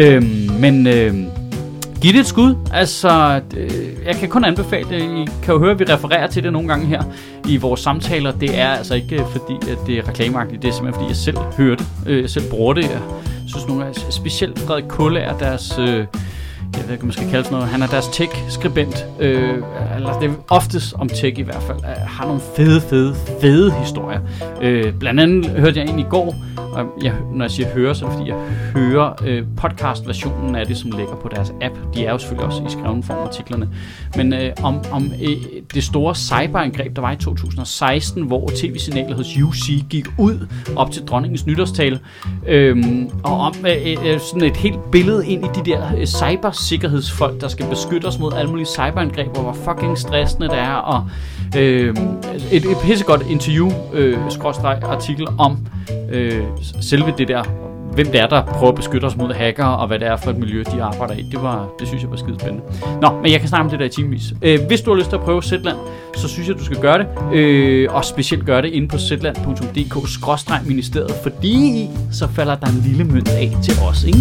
Giv det et skud. Altså, jeg kan kun anbefale det. I kan jo høre, at vi refererer til det nogle gange her i vores samtaler. Det er altså ikke fordi, at det er reklameagtigt. Det er simpelthen fordi, jeg selv hører det. Jeg selv bruger det. Jeg synes nogle gange, specielt Frederik Kulle er deres... jeg ved ikke, man skal kalde sådan noget. Han er deres tech-skribent. Eller det er oftest om tech i hvert fald. Har nogle fede historier. Blandt andet hørte jeg en i går, og når jeg siger hører, så er det fordi, jeg hører podcast-versionen af det, som ligger på deres app. De er jo selvfølgelig også i skreven form artiklerne. Men om det store cyberangreb, der var i 2016, hvor tv-signalet hos UC gik ud op til dronningens nytårstale. Og om sådan et helt billede ind i de der cybersikkerhedsfolk, der skal beskytte os mod alle mulige cyberangreb, og hvor fucking stressende det er. Og et pissegodt interview, artikel om selve det der, hvem det er, der prøver at beskytte os mod hacker, og hvad det er for et miljø, de arbejder i. Det synes jeg var skide spændende. Nå, men jeg kan snakke om det der i timevis. Hvis du har lyst til at prøve Zetland, så synes jeg, du skal gøre det. Og specielt gøre det inde på zetland.dk/ministeriet, fordi så falder der en lille mønt af til os, ikke?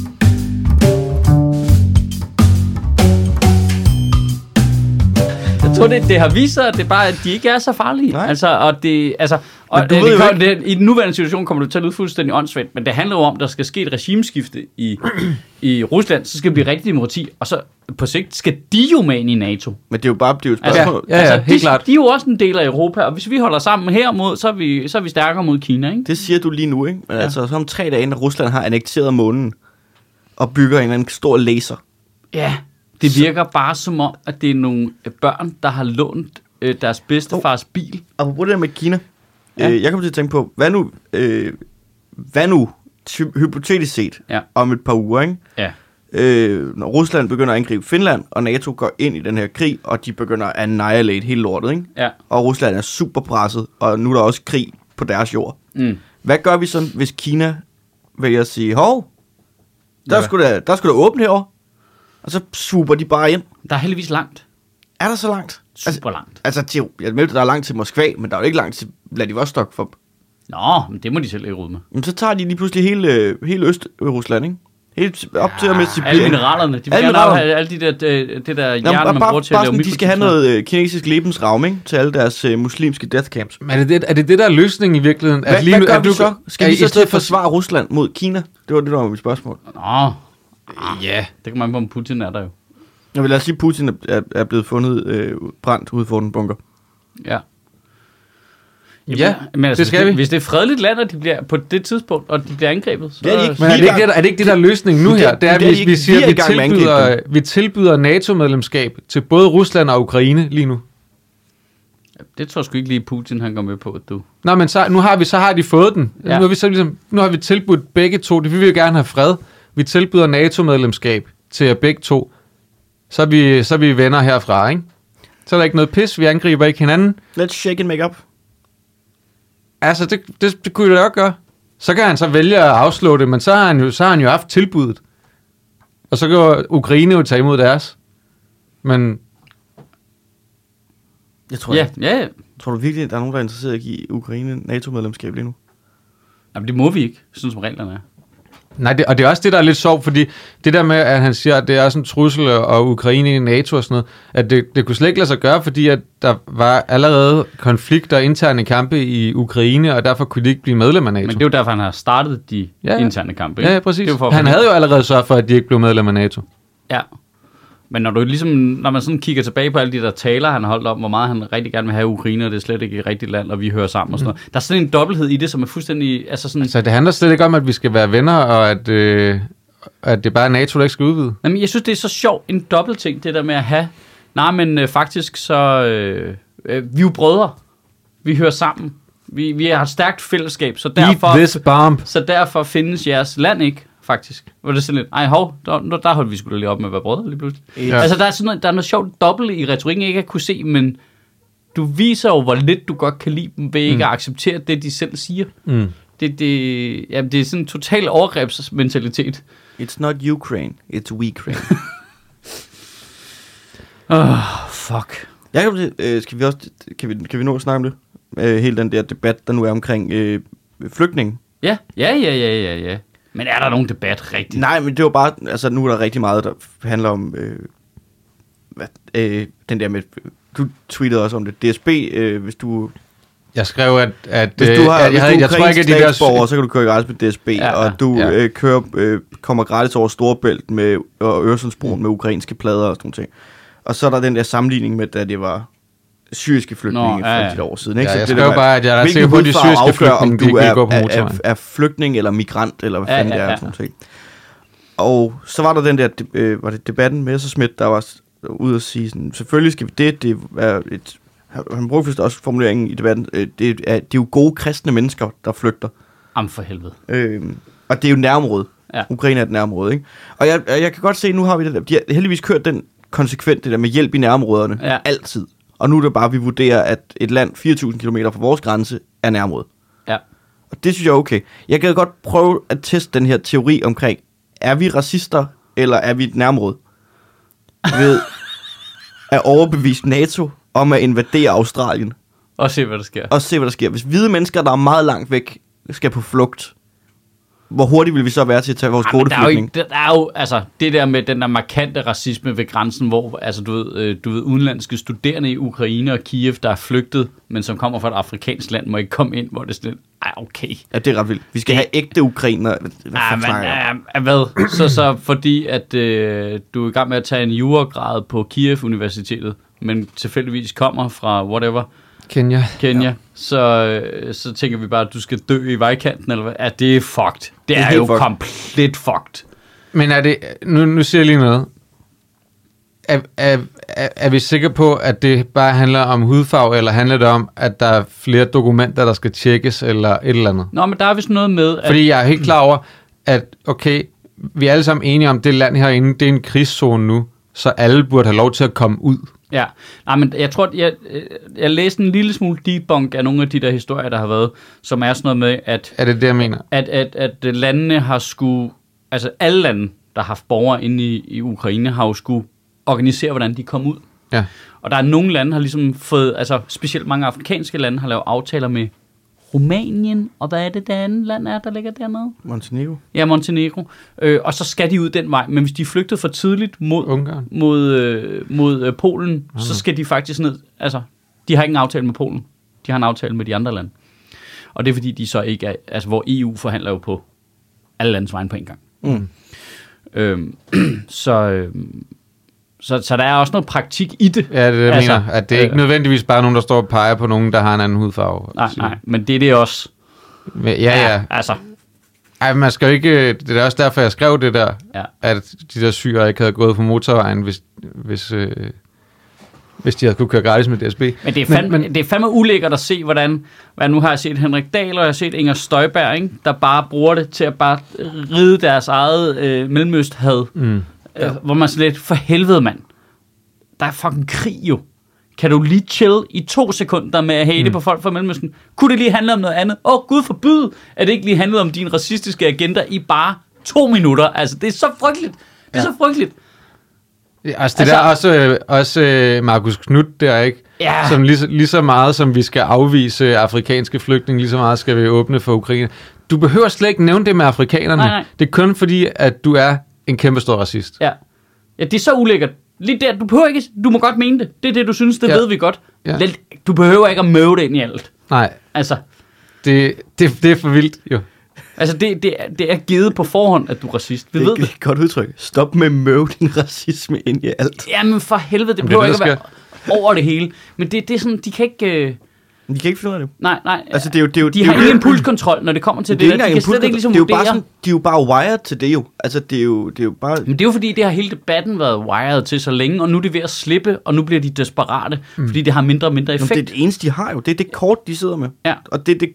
Jeg tror, det har vist sig, at det bare, at de ikke er så farlige. Nej. I den nuværende situation kommer du til at lyde fuldstændig åndssvagt, men det handler jo om, at der skal ske et regimeskifte i Rusland, så skal det blive rigtig demokrati, og så på sigt skal de jo med ind i NATO. Men det er jo bare et spørgsmål. Ja, helt klart. De er jo også en del af Europa, og hvis vi holder sammen hermod, så er vi stærkere mod Kina, ikke? Det siger du lige nu, ikke? Men altså, så om 3 dage, når Rusland har annekteret månen og bygger en eller anden stor laser. Ja, det virker bare som om, at det er nogle børn, der har lånt deres bedstefars bil. Og på det med Kina, jeg kommer til at tænke på, hvad nu hypotetisk set, om et par uger, ikke? Ja. Når Rusland begynder at angribe Finland, og NATO går ind i den her krig, og de begynder at annihilate hele lortet, ikke? Ja. Og Rusland er super presset, og nu er der også krig på deres jord. Mm. Hvad gør vi så, hvis Kina vælger at sige, hov, der skulle da åbne herovre, og så swooper de bare ind? Der er heldigvis langt. Er der så langt? Super langt. Altså, jeg mener, der er langt til Moskva, men der er jo ikke langt til Vladivostok for. Nå, men det må de selv ikke rydde med. Jamen, så tager de lige pludselig hele Øst-Rusland, ikke? Helt op til og med Sibirien. Alle mineralerne. De vil gerne have alle det der jern, man bruger til at lave de skal have noget kinesisk Lebensraum, ikke? Til alle deres muslimske death camps. Men er det der er løsningen i virkeligheden? Hvad gør vi så? Skal vi så til at forsvare Rusland mod Kina? Det var det, der var mit spørgsmål. Nå, ja. Det kan man på, om Putin er der jo. Jeg vil lade sige, at Putin er blevet fundet brændt ude for den bunker. Ja. Jamen, ja, men altså, det skal vi. Hvis det er fredeligt land, og de bliver på det tidspunkt, og de bliver angrebet, så... Det er ikke. Men er det ikke det, der er løsningen nu her? Det er, at vi siger, at vi tilbyder NATO-medlemskab til både Rusland og Ukraine lige nu. Det tror jeg sgu ikke lige Putin, han går med på, du. Nå, men så har de fået den. Ja. Nu har vi tilbudt begge to. Det vil vi jo gerne have fred. Vi tilbyder NATO-medlemskab til begge to. Så er vi venner herfra, ikke? Så er der ikke noget pis. Vi angriber ikke hinanden. Let's shake and make up. Altså, det kunne jeg da også gøre. Så kan han så vælge at afslå det, men så har han jo haft tilbuddet. Og så kan Ukraine jo tage imod deres. Men... Jeg tror, tror du virkelig, at der er nogen, der er interesseret i at give Ukraine NATO-medlemskab lige nu? Jamen, det må vi ikke, sådan som reglerne er. Nej, og det er også det, der er lidt sjovt, fordi det der med, at han siger, at det er sådan en trussel, og Ukraine i NATO og sådan noget, at det kunne slet ikke lade sig gøre, fordi at der var allerede konflikter, interne kampe i Ukraine, og derfor kunne de ikke blive medlem af NATO. Men det er jo derfor, han har startet de interne kampe. Ikke? Ja, præcis. Han havde jo allerede sørget for, at de ikke blev medlem af NATO. Ja. Men når man sådan kigger tilbage på alle de der taler, han har holdt om, hvor meget han rigtig gerne vil have Ukraine, og det er slet ikke et rigtigt land, og vi hører sammen og sådan noget. Der er sådan en dobbelthed i det, som er fuldstændig... Altså det handler slet ikke om, at vi skal være venner, og at det bare er NATO, der ikke skal udvide. Jamen, jeg synes, det er så sjovt en dobbeltting, det der med at have... Nej, men faktisk så... vi er jo brødre. Vi hører sammen. Vi har et stærkt fællesskab, så derfor findes jeres land ikke. Faktisk. Hvor det er sådan lidt, der holdt vi sgu da lige op med at være brødre lige pludselig. Ja. Altså, der er noget sjovt dobbelt i retorikken, ikke at kunne se, men du viser jo, hvor lidt du godt kan lide dem, ved ikke at acceptere det, de selv siger. Det er sådan en total overgrebsmentalitet. It's not Ukraine, it's Ukraine. Fuck. Kan vi nå at snakke om det? Hele den der debat, der nu er omkring flygtninge. Ja. Men er der nogen debat rigtigt? Nej, men det var bare, altså nu er der rigtig meget, der handler om, den der med, du tweetede også om det, DSB, hvis du... Jeg skrev, at hvis du har, jeg tror ikke, at de der så kan du køre gratis med DSB, og du kommer gratis over Storebælt med Øresundsbroen med ukrainske plader og sådan noget. Og så er der den der sammenligning med, da det var syriske flygtninge for et år siden. Ikke? Ja, jeg så skrev bare, at jeg er ret sikker på, at de syriske flygtninge, de kan gå på motorvejen. Er flygtning eller migrant, eller hvad fanden det er. Sådan noget. Og så var der den der, var det debatten med Messerschmidt, der var ude at sige, sådan, selvfølgelig skal vi det er et... Han brugte vist også formuleringen i debatten, det er jo gode kristne mennesker, der flygter. Am for helvede. Og det er jo nærområde. Ja. Ukraine er et nærområde, ikke? Og jeg kan godt se, nu har vi det der. De har heldigvis kørt den konsekvent, det der med hjælp i nærområderne. Altid. Og nu er det bare, vi vurderer, at et land 4.000 kilometer fra vores grænse er nærområde. Ja. Og det synes jeg er okay. Jeg kan godt prøve at teste den her teori omkring, er vi racister, eller er vi et nærområde? Ved at overbevise NATO om at invadere Australien. Og se, hvad der sker. Hvis hvide mennesker, der er meget langt væk, skal på flugt, hvor hurtigt vil vi så være til at tage vores kvoteflygtning? Der er jo altså det der med den der markante racisme ved grænsen, hvor altså du ved udenlandske studerende i Ukraine og Kiev, der er flygtet, men som kommer fra et afrikansk land, må ikke komme ind, hvor det er sådan, okay. Ja, det er ret vildt. Vi skal have ægte ukrainere. Hvad? Så fordi at du er i gang med at tage en juragrad på Kiev Universitetet, men tilfældigvis kommer fra whatever. Kenya. Ja. Så tænker vi bare, at du skal dø i vejkanten, eller hvad? Ja, det er fucked. Det er jo komplet fucked. Men er det... Nu siger jeg lige noget. Er vi sikre på, at det bare handler om hudfarve, eller handler det om, at der er flere dokumenter, der skal tjekkes, eller et eller andet? Nå, men der er vist noget med... Fordi jeg er helt klar over, at okay, vi er alle sammen enige om, at det land herinde, det er en krigszone nu, så alle burde have lov til at komme ud. Ja, nej, men jeg tror, jeg læste en lille smule debunk af nogle af de der historier, der har været, som er sådan noget med, at... Er det det, jeg mener? At landene har skulle... Altså alle lande, der har haft borgere inde i Ukraine, har jo skulle organisere, hvordan de kom ud. Ja. Og der er nogle lande, har ligesom fået... Altså specielt mange afrikanske lande har lavet aftaler med Rumænien, og hvad er det andet land er, der ligger dernede? Montenegro. Ja, Montenegro. Og så skal de ud den vej. Men hvis de er flygtet for tidligt mod Polen, så skal de faktisk ned. Altså, de har ikke en aftale med Polen. De har en aftale med de andre lande. Og det er fordi, de så ikke er... Altså, hvor EU forhandler jo på alle landes vegne på en gang. Så der er også noget praktik i det. Ja, det altså, mener. At det er ikke nødvendigvis bare nogen, der står og peger på nogen, der har en anden hudfarve. Nej, men det er det også. Ja. Altså. Ej, man skal jo ikke... Det er også derfor, jeg skrev det der, at de der syre ikke havde gået på motorvejen, hvis de havde kunne køre gratis med DSB. Men det er fandme ulækkert at se, hvordan nu har jeg set Henrik Dahl, og jeg har set Inger Støjberg, ikke, der bare bruger det til at bare ride deres eget mellemøsthad. Hvor man så lidt, for helvede mand, der er fucking krig jo. Kan du lige chill i 2 sekunder med at hate på folk fra Mellemøsten? Kunne det lige handle om noget andet? Gud forbyde, at det ikke lige handlede om din racistiske agenda i bare 2 minutter. Altså, det er så frygteligt. Det er så frygteligt. Altså, det der også Markus Knudt der, ikke? Ja. Som lige så meget, som vi skal afvise afrikanske flygtninge, lige så meget skal vi åbne for Ukraine. Du behøver slet ikke nævne det med afrikanerne. Nej. Det er kun fordi, at du er en kæmpe stor racist. Ja, det er så ulækkert. Lige der, du må godt mene det. Det er det, du synes, det ved vi godt. Ja. Du behøver ikke at møve det ind i alt. Nej. Altså. Det er for vildt, jo. Altså, det er givet på forhånd, at du er racist. Vi ved det. Det er et godt udtryk. Stop med at møve din racisme ind i alt. Jamen for helvede, det behøver ikke at være over det hele. Men det er sådan, de kan ikke... De kan ikke finde ud af det. Nej. Altså, det er jo, de har ingen impulskontrol, når det kommer til det. De kan slet ikke ligesom vurdere. De er jo bare wired til det jo. Altså, det er jo bare... Men det er jo fordi, det har hele debatten været wired til så længe, og nu er de ved at slippe, og nu bliver de desperate, fordi det har mindre og mindre effekt. Jamen, det er det eneste, de har jo. Det er det kort, de sidder med. Ja. Og der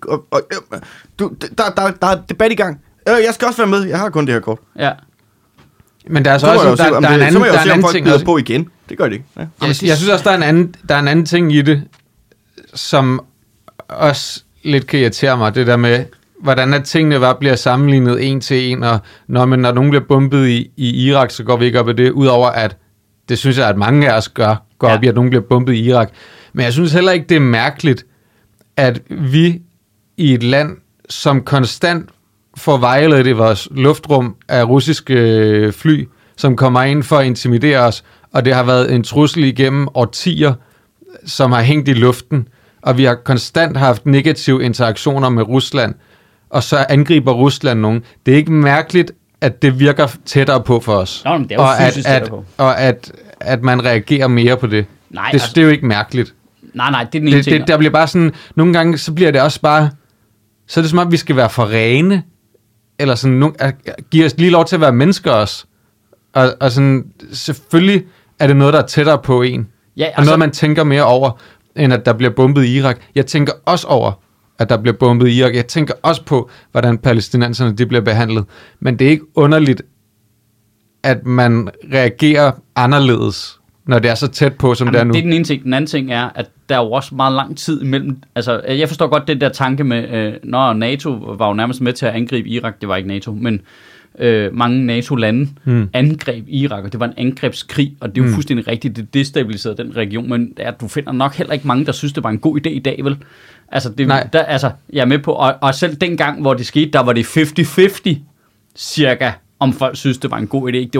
er debat i gang. Jeg skal også være med. Jeg har kun det her kort. Ja. Men der er så også... Der er en anden ting. På igen. Det gør det ikke. Ja. Jeg synes også, der er en anden ting i det. som også lidt kan irritere mig, det der med, hvordan at tingene bliver sammenlignet en til en, og når nogen bliver bombet i Irak, så går vi ikke op i det, udover at, det synes jeg, at mange af os går op i, at nogen bliver bombet i Irak. Men jeg synes heller ikke, det er mærkeligt, at vi i et land, som konstant får vejledet i vores luftrum af russiske fly, som kommer ind for at intimidere os, og det har været en trussel igennem årtier, som har hængt i luften, og vi har konstant haft negative interaktioner med Rusland, og så angriber Rusland nogen. Det er ikke mærkeligt, at det virker tættere på for os. Nå, men det er jo fysisk tættere på. Og at man reagerer mere på det. Nej, det er jo ikke mærkeligt. Nej, det er den ene ting. Der bliver bare sådan, nogle gange, så bliver det også bare, så er det som om, vi skal være for rene, eller sådan, giver os lige lov til at være mennesker også. Og sådan, selvfølgelig er det noget, der er tættere på en. Ja, altså, og noget, man tænker mere over, end at der bliver bombet i Irak. Jeg tænker også over, at der bliver bombet i Irak. Jeg tænker også på, hvordan palæstinenserne de bliver behandlet. Men det er ikke underligt, at man reagerer anderledes, når det er så tæt på, som det er nu. Det er den ene ting. Den anden ting er, at der er jo også meget lang tid imellem. Altså, jeg forstår godt den der tanke med, når NATO var jo nærmest med til at angribe Irak. Det var ikke NATO, men mange NATO-lande angreb Irak, og det var en angrebskrig, og det er jo fuldstændig rigtigt, det destabiliserede den region, men du finder nok heller ikke mange, der synes, det var en god idé i dag, vel? Altså, jeg er med på, og selv dengang, hvor det skete, der var det 50-50 cirka, om folk synes, det var en god idé.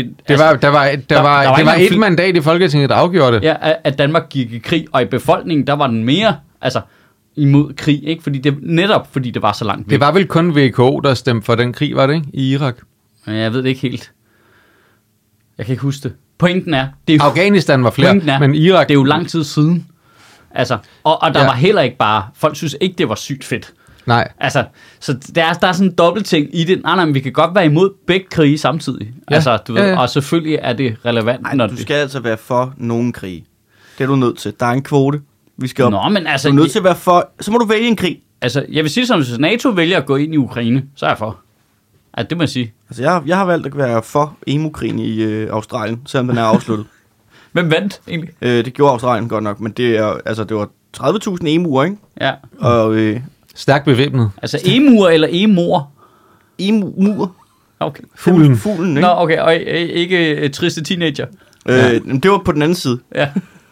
Der var et mandat i Folketinget, der afgjorde det. Ja, at Danmark gik i krig, og i befolkningen, der var den mere, imod krig, ikke? Fordi det var så langt væk. Det var vel kun VKO, der stemte for den krig, var det ikke? I Irak? Jeg ved det ikke helt. Jeg kan ikke huske det. Pointen er... Afghanistan var flere, men Irak... Det er jo lang tid siden. Altså, og der var heller ikke bare... Folk synes ikke, det var sygt fedt. Nej. Altså, så der er sådan en dobbeltting i det. Nej, men vi kan godt være imod begge krige samtidig. Ja. Altså, du ved, og selvfølgelig er det relevant. Nej, du skal altså være for nogen krige. Det er du nødt til. Der er en kvote. Vi skal op. Nå, men altså... Du er nødt til at være for... Så må du vælge en krig. Altså, jeg vil sige som, hvis NATO vælger at gå ind i Ukraine, så er jeg for. Altså, det må jeg sige. Altså, jeg har valgt at være for emo-krigen i Australien, selvom den er afsluttet. Hvem vandt egentlig? Det gjorde Australien godt nok, men det var 30.000 emuer, ikke? Ja. Og... stærkt bevæbnet. Altså emuer eller emor? Emuer. Okay. Fuglen, ikke? Nå, okay, og ikke triste teenager. Det var på den anden side. Ja.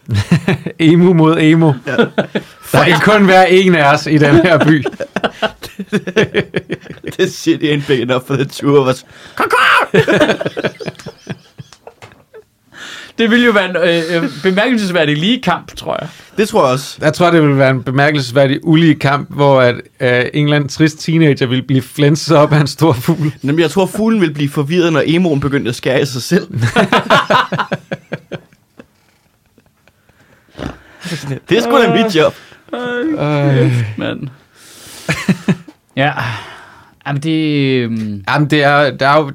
Emu mod emo. Ja. Der kan kun være en af os i den her by. Det siger de ain't big enough for the two of us. Det ville jo være en bemærkelsesværdig lige kamp, tror jeg. Det tror jeg også. Jeg tror, det ville være en bemærkelsesværdig ulige kamp, hvor en eller anden trist teenager ville blive flænset op af en stor fugl. Jamen, jeg tror, fuglen ville blive forvirret, når emoen begyndte at skære i sig selv. Det er sgu da mit job. Men. Ja. Jamen, det er jo...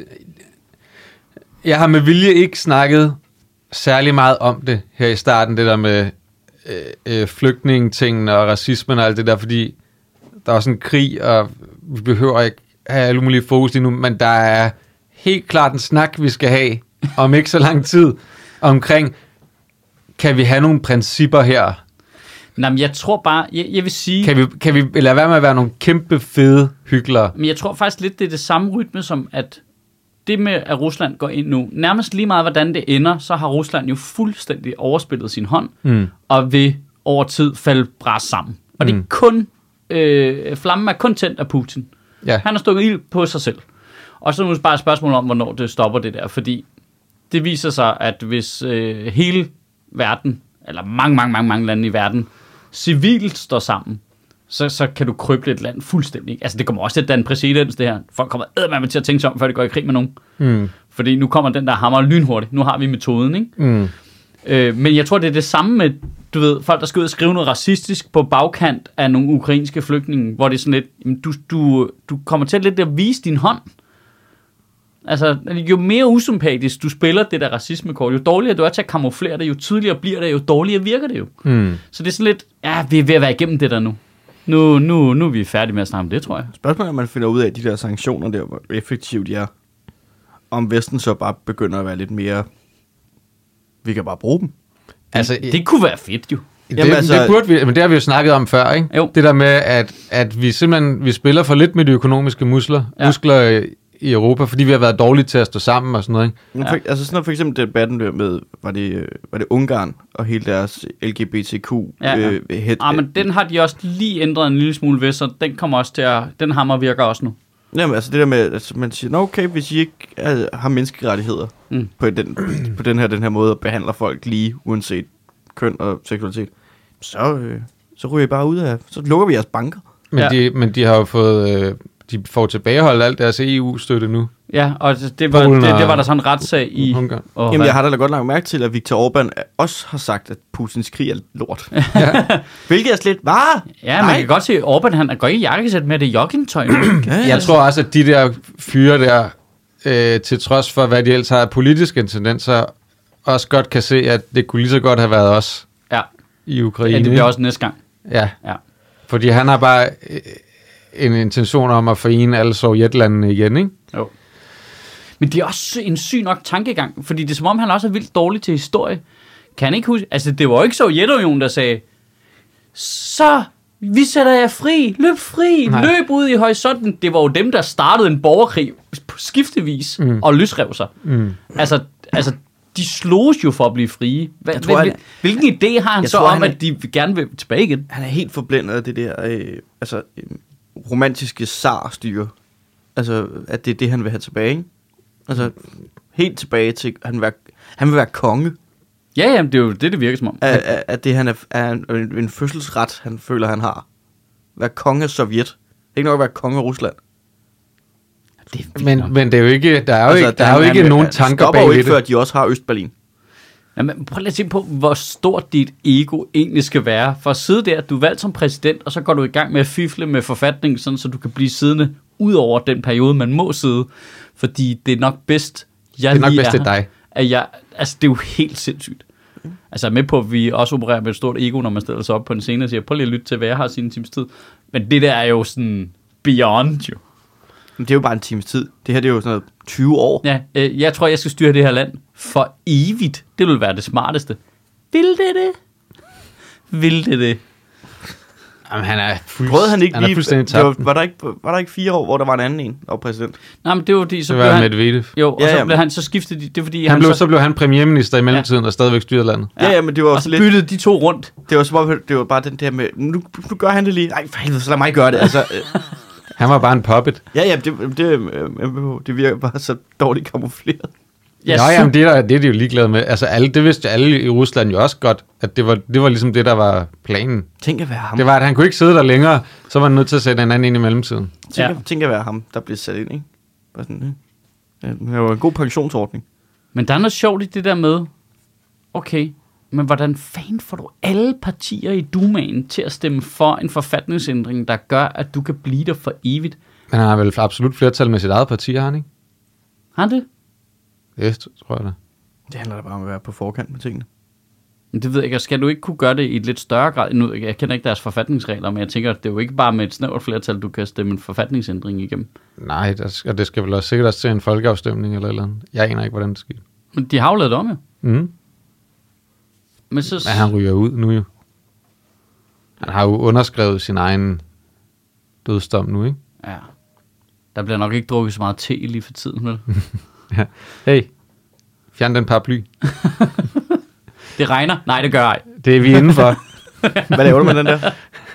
Jeg har med vilje ikke snakket særlig meget om det her i starten, det der med flygtningetingene og racismen og alt det der, fordi der er sådan en krig, og vi behøver ikke have alle mulige fokus lige nu, men der er helt klart en snak, vi skal have om ikke så lang tid, omkring, kan vi have nogle principper her? Nej, men jeg tror bare, jeg vil sige... Kan vi lade være med at være nogle kæmpe fede hyklere? Men jeg tror faktisk lidt, det er det samme rytme som, at det med, at Rusland går ind nu, nærmest lige meget, hvordan det ender, så har Rusland jo fuldstændig overspillet sin hånd, og vil over tid falde bras sammen. Og det er kun... flammen er kun tændt af Putin. Ja. Han har stukket ild på sig selv. Og så er det bare et spørgsmål om, hvornår det stopper det der, fordi det viser sig, at hvis hele verden, eller mange lande i verden, civilt står sammen, så kan du krøble et land fuldstændig. Altså det kommer også til at danne præcedens, det her. Folk kommer eddermame til at tænke sig om, før de går i krig med nogen. Fordi nu kommer den der hammer lynhurtigt. Nu har vi metoden, ikke? Men jeg tror, det er det samme med, du ved, folk, der skal ud og skrive noget racistisk på bagkant af nogle ukrainske flygtninge, hvor det er sådan lidt, jamen, du kommer til lidt at vise din hånd. Altså, jo mere usympatisk du spiller det der racismekort, jo dårligere du er til at kamuflere det, jo tydeligere bliver det, jo dårligere virker det jo. Så det er sådan lidt, ja, vi er ved at være igennem det der nu. Nu er vi færdige med at snakke om det, tror jeg. Spørgsmålet er, om man finder ud af de der sanktioner der, hvor effektivt de er. Om Vesten så bare begynder at være lidt mere... Vi kan bare bruge dem. Altså, det kunne være fedt, jo. Det burde vi, men det har vi jo snakket om før, ikke? Jo. Det der med, at vi simpelthen vi spiller for lidt med de økonomiske muskler i Europa, fordi vi har været dårlige til at stå sammen og sådan noget, ikke? Ja. Altså sådan noget, for eksempel debatten der med, var det Ungarn og hele deres LGBTQ men den har de også lige ændret en lille smule ved, så den kommer også til den hammer virker også nu. Jamen altså det der med, at man siger, okay, hvis I ikke har menneskerettigheder på den her måde og behandler folk lige, uanset køn og seksualitet, så ryger I bare ud af, så lukker vi jeres banker. Men de har jo fået, de får tilbageholdt alt deres EU-støtte nu. Ja, og det var der sådan en retssag i Ungarn. Jamen jeg har da godt lagt mærke til, at Viktor Orbán også har sagt, at Putins krig er lort. Hvilket er slet bare. Ja, man kan godt se, at Orbán han går ikke i jakkesæt med det joggingtøj. Jeg tror også, at de der fyre der, til trods for, hvad de ellers har af politiske tendenser, også godt kan se, at det kunne lige så godt have været os i Ukraine. Ja, det bliver også næste gang. Ja. Fordi han har bare en intention om at forene alle sovjetlandene igen, ikke? Jo. Men det er også en syg nok tankegang, fordi det er som om, han også er vildt dårlig til historie. Kan han ikke huske? Altså, det var jo ikke Sovjetunionen, der sagde, så vi sætter jer fri, løb ud i horisonten. Det var jo dem, der startede en borgerkrig på skiftevis og løsrev sig. Altså, de sloges jo for at blive frie. Hvilken idé har han så om, at de gerne vil tilbage igen? Han er helt forblændet af det der romantiske zar-styre. Altså, at det er det, han vil have tilbage, ikke? Altså, helt tilbage til, han vil være konge. Ja, det er jo det virker som om. At det, han er en fødselsret, han føler, han har. Være konge af Sovjet. Ikke nok at være konge af Rusland. Men det er jo ikke, der er jo ikke nogen tanker bag det. Det. Ikke før, de også har Østberlin. Jamen, prøv lige at tænke på, hvor stort dit ego egentlig skal være. For at sidde der, du er valgt som præsident, og så går du i gang med at fifle med forfatningen, sådan, så du kan blive siddende ud over den periode, man må sidde. Fordi det er nok bedst, det er nok bedst til dig. Altså, det er jo helt sindssygt. Altså, med på, at vi også opererer med et stort ego, når man stiller sig op på en scene og siger, prøv lige at lytte til, hvad jeg har sin times tid. Men det der er jo sådan beyond, jo. Men det er jo bare en times tid. Det her det er jo sådan noget 20 år. Ja, jeg tror, jeg skal styre det her land for evigt. Det vil være det smarteste. Vil det? Jamen, han er prøvede han ikke lige, fuldstændig tabt. Var der ikke 4 år, hvor der var en anden en, der var præsident? Nej, men det var fordi, så blev han Medvedev. Jo, og så blev han, så skiftede de, det er fordi så blev han premierminister i mellemtiden og stadigvæk styrede landet. Ja, men det var også lidt. Og så byttede de to rundt. Det var bare den der med, nu gør han det lige. Ej, for helvede, så lad mig gøre det. Altså, han var bare en puppet. Ja, det virker bare så dårligt kamufleret. Jamen, det er de jo ligeglade med. Altså, det vidste alle i Rusland jo også godt, at det var ligesom det, der var planen. Tænk at være ham. Det var, at han kunne ikke sidde der længere, så var han nødt til at sætte en anden ind i mellemtiden. Tænk at være ham, der bliver sat ind, ikke? Bare sådan, det var en god pensionsordning. Men der er noget sjovt i det der med, okay, men hvordan fanden får du alle partier i Dumaen til at stemme for en forfatningsændring, der gør, at du kan blive der for evigt? Men han har vel absolut flertal med sit eget parti, har han ikke? Har han det? Det tror jeg da. Det handler da bare om at være på forkant med tingene. Men det ved jeg ikke. Skal du ikke kunne gøre det i et lidt større grad? Nu, jeg kender ikke deres forfatningsregler, men jeg tænker, at det er jo ikke bare med et snævert flertal, du kan stemme en forfatningsændring igennem. Nej, det skal vel også sikkert også til en folkeafstemning eller et eller andet. Jeg aner ikke, hvordan det sker. Men de har jo lavet det om, jo. Men han ryger ud nu jo. Han har jo underskrevet sin egen dødsdom nu, ikke? Ja. Der bliver nok ikke drukket så meget te lige for tiden, vel? Ja. Hey, fjern den paraply. Det regner? Nej, det gør ej. Det er vi indenfor. Hvad laver du med den der?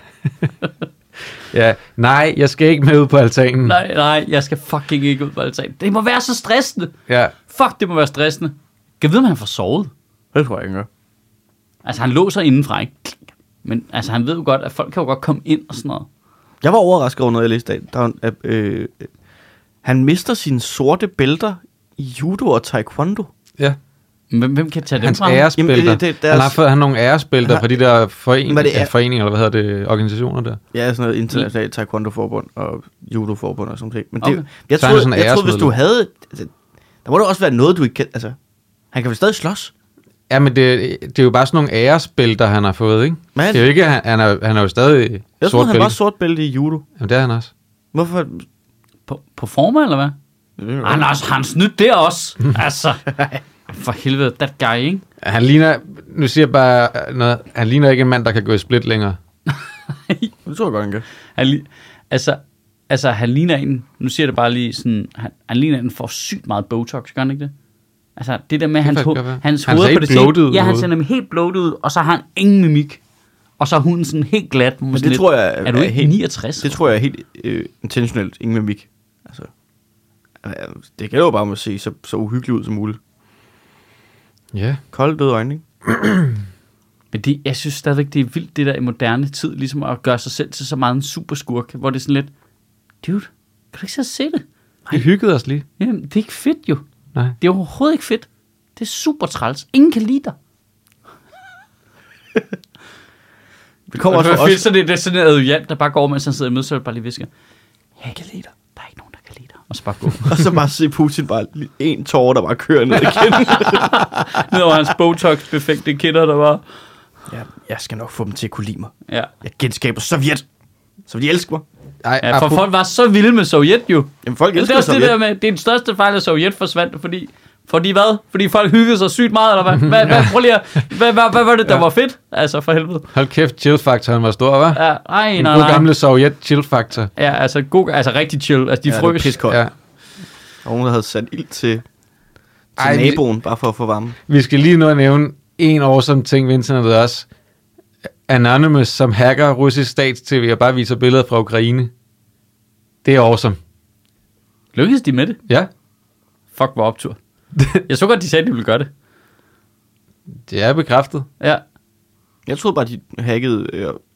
Ja, nej, jeg skal ikke med ud på altanen. Nej, jeg skal fucking ikke ud på altanen. Det må være så stressende. Ja. Fuck, det må være stressende. Kan jeg vide, om han får sovet? Det tror jeg ikke. Altså, han låser indenfra, ikke? Men altså, han ved jo godt, at folk kan jo godt komme ind og sådan noget. Jeg var overrasket over noget, jeg læste af. Han mister sine sorte bælter i judo og taekwondo. Ja. Men hvem kan tage dem hans fra? Æresbælter. Han har fået nogle æresbælter fra de der foreninger, eller hvad hedder det, organisationer der. Ja, sådan noget internationalt taekwondo-forbund og judo-forbund og sådan noget. Men det, okay. jeg troede, hvis du havde... Altså, der må da også være noget, du ikke kan... Altså, han kan vel stadig slås? Ja, men det er jo bare sådan nogle æresbælter, han har fået, ikke? Men det er jo ikke... Han er jo stadig jeg troede, han var sort bælte i judo. Jamen, det er han også. Hvorfor... På forma, eller hvad? Han snydt der også. Altså... For helvede, that guy, ikke? Han ligner, nu siger jeg bare noget, han ligner ikke en mand, der kan gå i split længere. Det tror jeg godt, han kan. Han ligner en, nu siger det bare lige sådan, han ligner en for sygt meget Botox, gør han ikke det? Altså, det der med hans hoved på det scene. Ja, han ser nemlig helt bloated ud, og så har han ingen mimik. Og så er hunden sådan helt glat. Men det tror jeg... Er du ikke 69? Det tror jeg er helt intentionelt, ingen mimik. Altså, det kan jo bare med at se så uhyggeligt ud som muligt. Ja. Kolde døde øjne, ikke? Men jeg synes stadigvæk, det er vildt, det der i moderne tid, ligesom at gøre sig selv til så meget en superskurk, hvor det er sådan lidt, dude, kan du ikke så se det? Vi hyggede os lige. Jamen, det er ikke fedt jo. Nej. Det er overhovedet ikke fedt. Det er super træls. Ingen kan lide dig. Det kommer også fedt, så det er sådan en adjudant, der bare går, mens han sidder i møde, så bare lige visker, jeg kan lide dig. Der er ikke nogen, der kan lide dig. Og så bare gå. Og så bare se Putin bare en tårer, der bare kører ned igen. Ned over hans Botox-befængte kinder, der var. Ja, jeg skal nok få dem til at kunne lide mig. Ja. Jeg genskaber Sovjet. Så vil de elske mig. Ja, for folk var så vilde med Sovjet jo. Jamen, folk elsker det er også Sovjet. det der med, det er den største fejl, at Sovjet forsvandt, fordi hvad? Fordi folk hyggede sig sygt meget, eller hvad? Prøv lige hvad var det, der var fedt? Altså, for helvede. Hold kæft, chill-faktoren var stor, hva'? Ja, nej. God gamle Sovjet-chill-faktor. Ja, altså rigtig chill. Altså, de frøs. Piskoldt. Ja. Og nogen, der havde sat ild til naboen, bare for at få varme. Vi skal lige nu at nævne en awesome ting ved internettet også. Anonymous, som hacker russisk stats-tv og bare viser billeder fra Ukraine. Det er awesome. Lykkedes de med det? Ja. Fuck, hvor optur. Jeg så godt, de sagde, at de ville gøre det. Det er bekræftet. Ja. Jeg troede bare, de hackede...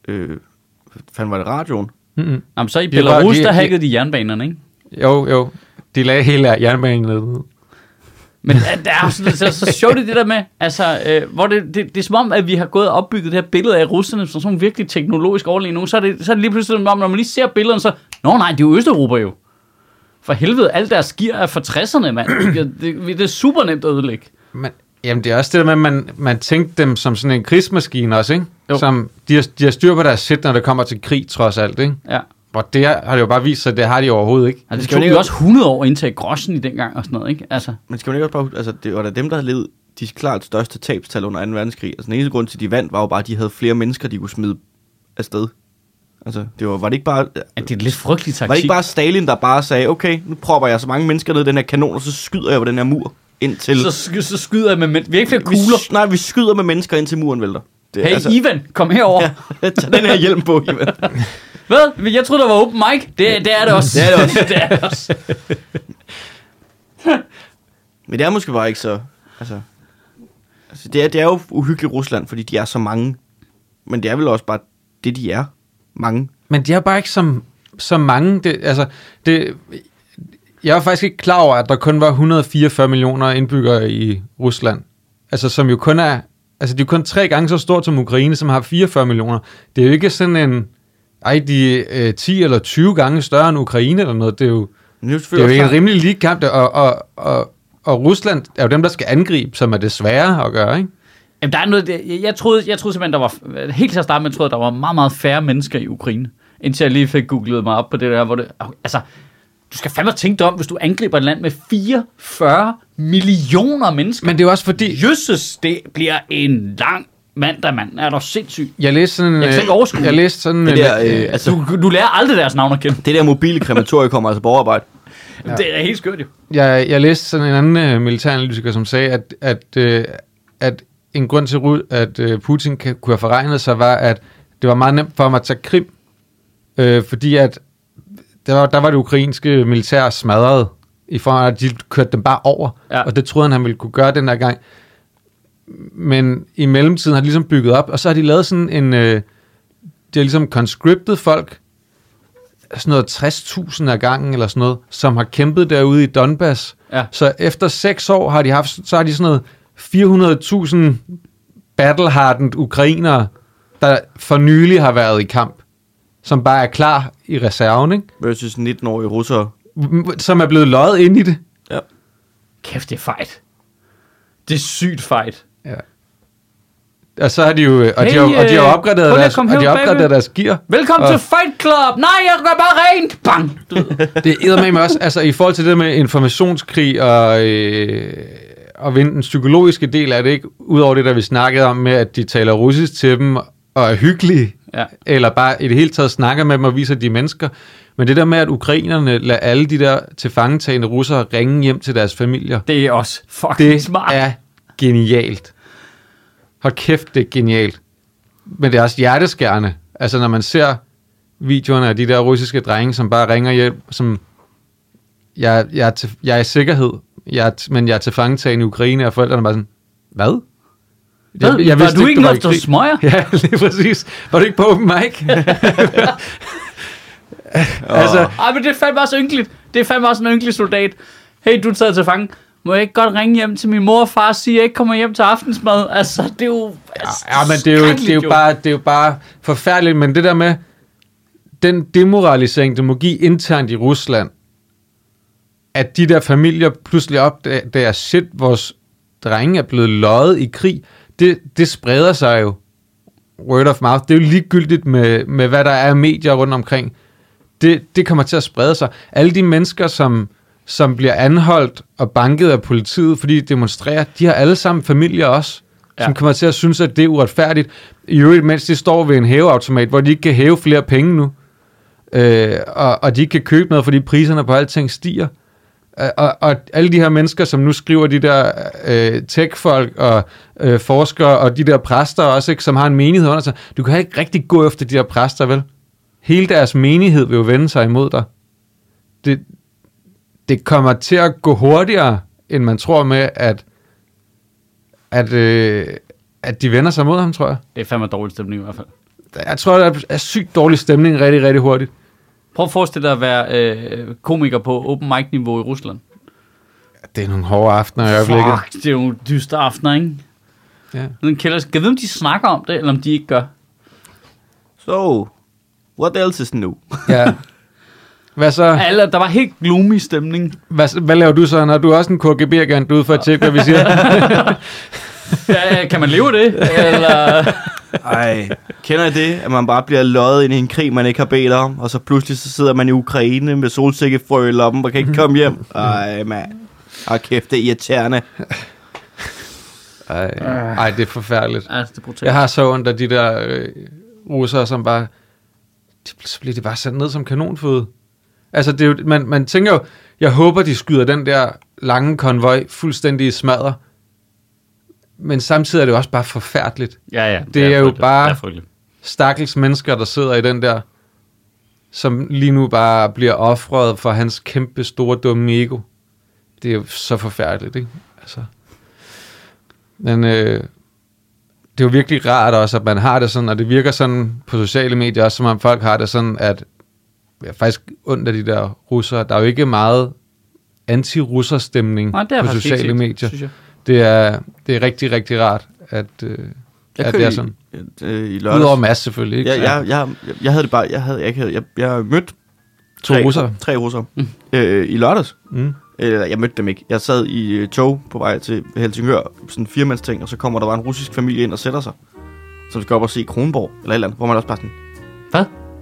fanden var det radioen? Mm-hmm. Jamen, så i Belarus, der hackede de jernbanerne, ikke? Jo. De lagde hele jernbanen ned. Men det er så sjovt det der med, altså, hvor det er som om, at vi har gået og opbygget det her billede af russerne som sådan virkelig teknologisk overlegen nogen, så er det lige pludselig som om, når man lige ser billederne, så, nej, det er jo Østeuropa jo. For helvede, alt deres gear er fra 60'erne, mand. Det er super nemt at ødelægge. Men, jamen, det er også det der med, at man tænkte dem som sådan en krigsmaskine også, ikke? Jo. Som, de har styr på deres shit, når det kommer til krig, trods alt, ikke? Ja. Og det har det jo bare vist sig, at det har de overhovedet ikke. Altså, det tog jo også 100 år at indtage groschen i dengang og sådan noget, ikke? Altså. Men skal man ikke også bare... Altså, det var da dem, der havde levet de klart største tabstal under 2. verdenskrig. Altså, den eneste grund til, de vandt, var jo bare, at de havde flere mennesker, de kunne smide afsted. Altså, var det ikke bare... Ja, det er lidt frygtelig taktik. Var det ikke bare Stalin, der bare sagde, okay, nu propper jeg så mange mennesker ned i den her kanon, og så skyder jeg på den her mur indtil... Så skyder jeg med vi har ikke flere kugler. Vi skyder med mennesker indtil muren vælter. Hey, altså, Ivan, kom herover. Ja, tag den her hjelm på, Ivan. Hvad? Jeg troede, der var open mic. Det er det også. Det er det også. Men det er måske bare ikke så... Altså det er jo uhyggeligt Rusland, fordi de er så mange. Men det er vel også bare det, de er. Mange. Men de er bare ikke så mange. Jeg var faktisk ikke klar over, at der kun var 144 millioner indbyggere i Rusland. Altså, som jo kun er... Altså, de er kun 3 gange så stort som Ukraine, som har 44 millioner. Det er jo ikke sådan en... de er 10 eller 20 gange større end Ukraine eller noget. Det er jo en rimelig lige kamp. Og Rusland er jo dem, der skal angribe, som er det svære at gøre, ikke? Jamen, der er noget... Jeg troede simpelthen, der var... Helt til at starte med, troede der var meget, meget færre mennesker i Ukraine. Indtil jeg lige fik googlet mig op på det der, hvor det... Altså, du skal fandme tænke dig om, hvis du angriber et land med 44 millioner mennesker. Men det er jo også fordi... Jesus, det bliver en lang mandag, mand. Er du sindssyg? Jeg læste sådan... Jeg kan ikke overskue. Jeg læste sådan... Du lærer aldrig deres navn at kende. Det der mobile krematorium kommer altså borgerarbejde. Ja. Det er helt skørt jo. Jeg læste sådan en anden militæranalytiker, som sagde, at en grund til, at Putin kunne have forregnet sig, var, at det var meget nemt for ham at tage Krim, fordi at der var det ukrainske militær smadret, i forhold at de kørte dem bare over, og det troede han ville kunne gøre den der gang. Men i mellemtiden har de ligesom bygget op, og så har de lavet sådan en... de har ligesom conscriptet folk, sådan noget 60.000 af gangen, eller sådan noget, som har kæmpet derude i Donbass. Ja. Så efter 6 år har de sådan noget 400.000 battle-hardened ukrainere, der for nylig har været i kamp, som bare er klar i reserven, ikke? Versus 19-årige russere. Som er blevet løjet ind i det. Ja. Kæft, det er fejt. Det er sygt fejt. Ja. Og så har de jo, og de har opgraderet deres gear. Velkommen til Fight Club! Nej, jeg gør bare rent! Bang! Det æder med mig også, altså i forhold til det med informationskrig at vinde den psykologiske del af det, ikke? Udover det, der vi snakkede om med, at de taler russisk til dem, og er hyggelige, eller bare i det hele taget snakker med dem og viser de mennesker. Men det der med, at ukrainerne lader alle de der tilfangetagende russere ringe hjem til deres familier. Det er også fucking smart. Det er genialt. Hold kæft, det er genialt. Men det er også hjerteskærende. Altså, når man ser videoerne af de der russiske drenge, som bare ringer hjem, som, jeg er i sikkerhed, men jeg er tilfangetagen i Ukraine, og forældrene bare sådan, hvad? Jeg var du ikke noget, der smøger? Ja, lige præcis. Var du ikke på open mic? Altså, men det er fandme også ynkeligt. Det er fandme også en ynkelig soldat. Hey, du er taget til fange. Må jeg ikke godt ringe hjem til min mor og far og sige, at jeg ikke kommer hjem til aftensmad? Altså, det er jo... men det er jo bare forfærdeligt. Men det der med den demoralisering, det må give internt i Rusland, at de der familier pludselig opdager, shit, vores drenge er blevet løjet i krig, det spreder sig jo. Word of mouth. Det er jo ligegyldigt med hvad der er af medier rundt omkring. Det kommer til at sprede sig. Alle de mennesker, som bliver anholdt og banket af politiet, fordi de demonstrerer, de har alle sammen familier også, som kommer til at synes, at det er uretfærdigt. I øvrigt, mens de står ved en hæveautomat, hvor de ikke kan hæve flere penge nu, og de ikke kan købe noget, fordi priserne på alting stiger. Og alle de her mennesker, som nu skriver de der tech-folk og forskere, og de der præster også, ikke, som har en menighed under sig, du kan ikke rigtig gå efter de der præster, vel? Hele deres menighed vil jo vende sig imod dig. Det kommer til at gå hurtigere, end man tror med, at de vender sig mod ham, tror jeg. Det er fandme dårlig stemning i hvert fald. Jeg tror, der er sygt dårlig stemning rigtig, rigtig hurtigt. Prøv at forestille dig at være komiker på open mic-niveau i Rusland. Det er nogle hårde aftener i øjeblikket. Fuck, det er jo dystre aftener, ikke? Ja. Den kælder, kan jeg vide, om de snakker om det, eller om de ikke gør? So, what else is new? Ja. Hvad så? Der var helt gloomy stemning. Hvad laver du så, når du er også en KGB-agent ude for at tjekke, hvad vi siger? Ja, kan man leve det? Eller... Ej, kender I det, at man bare bliver løjet ind i en krig, man ikke har bedt om, og så pludselig så sidder man i Ukraine med solsikkefrø i lommen og kan ikke komme hjem? Ej, mand. Kæft, det er irriterende. Ej, det er forfærdeligt. Altså, det er brutalt. Jeg har så ondt af de der russere, som bare... Så bliver de bare sat ned som kanonføde. Altså, det er jo, man tænker jo, jeg håber, de skyder den der lange konvoj fuldstændig i smadre. Men samtidig er det jo også bare forfærdeligt. Ja. Det er jo bare stakkels mennesker, der sidder i den der, som lige nu bare bliver ofret for hans kæmpe store dumme ego. Det er jo så forfærdeligt, ikke? Altså. Men det er jo virkelig rart også, at man har det sådan, og det virker sådan på sociale medier også, som om folk har det sådan, at jeg er faktisk ondt af de der russere. Der er jo ikke meget anti-russer-stemning på sociale medier. Synes jeg. Det er rigtig, rigtig rart, at det er sådan. Udover Mads selvfølgelig. Ikke? Jeg havde det bare, jeg mødte tre russere i lørdags. Jeg mødte dem ikke. Jeg sad i tog på vej til Helsingør, sådan en 4-mandsting, og så kommer der bare en russisk familie ind og sætter sig, som skal op og se Kronborg, eller et eller andet, hvor man også bare sådan... Hvad?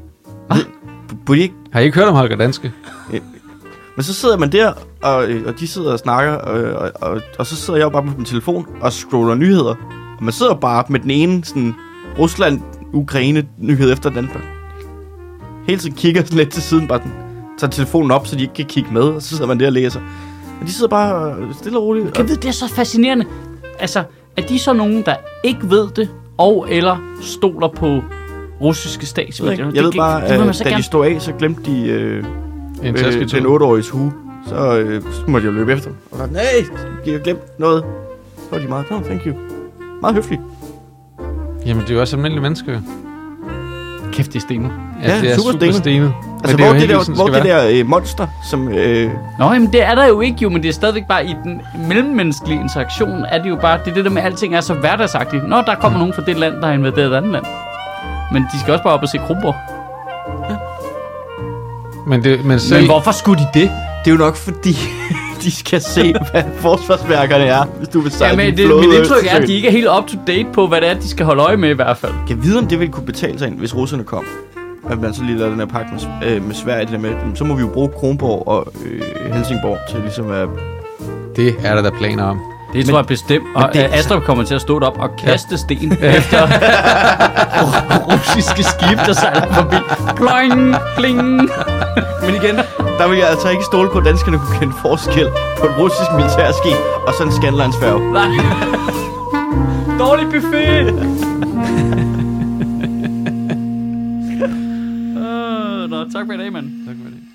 Har I ikke hørt om Holger Danske? Men så sidder man der, og de sidder og snakker, og så sidder jeg jo bare på min telefon og scroller nyheder. Og man sidder bare med den ene sådan Rusland-Ukraine-nyhed efter den anden. Hele tiden kigger sådan lidt til siden, bare tager telefonen op, så de ikke kan kigge med, og så sidder man der og læser. Og de sidder bare stille og roligt. Kan vide, det er så fascinerende. Altså, er de så nogen, der ikke ved det, og eller stoler på russiske statsmedier? Jeg ved bare, da de stod af, så glemte de den 8-åriges hue. Så måtte jeg løbe efter. Og var nej, de har glemt noget. Så var de meget, no, thank you. Meget høfligt. Jamen, det er jo også almindelige mennesker. Kæft, det er stenet. Ja, det er super stenet. Altså, hvor det der monster, som... Nå, jamen, det er der jo ikke, men det er stadigvæk bare i den mellemmenneskelige interaktion, er det jo bare, det der med, alting er så hverdagsagtigt. Nå, der kommer nogen fra det land, der har invaderet et andet land. Men de skal også bare op og se Kronborg. Ja. Men hvorfor skulle de det? Det er jo nok fordi, de skal se, hvad forsvarsværkerne er, hvis du vil sejle mit indtryk er, at de ikke er helt up to date på, hvad det er, de skal holde øje med i hvert fald. Kan vide, om det ville kunne betale sig ind, hvis russerne kom? At man så lige lader den her pakke med Sverige, det der med, så må vi jo bruge Kronborg og Helsingborg til ligesom at... Det er der planer om. Det tror jeg bestemt. Og Astrup kommer til at stå derop og kaste sten efter russiske skibe, der sejler forbi. Ploing, pling. Men igen, der vil jeg altså ikke stole på, at danskerne kunne kende forskel på et russisk militærskib og sådan en Scandlines-færge. Nej. Dårlig buffet. Nå, tak for i dag, mand. Tak for det.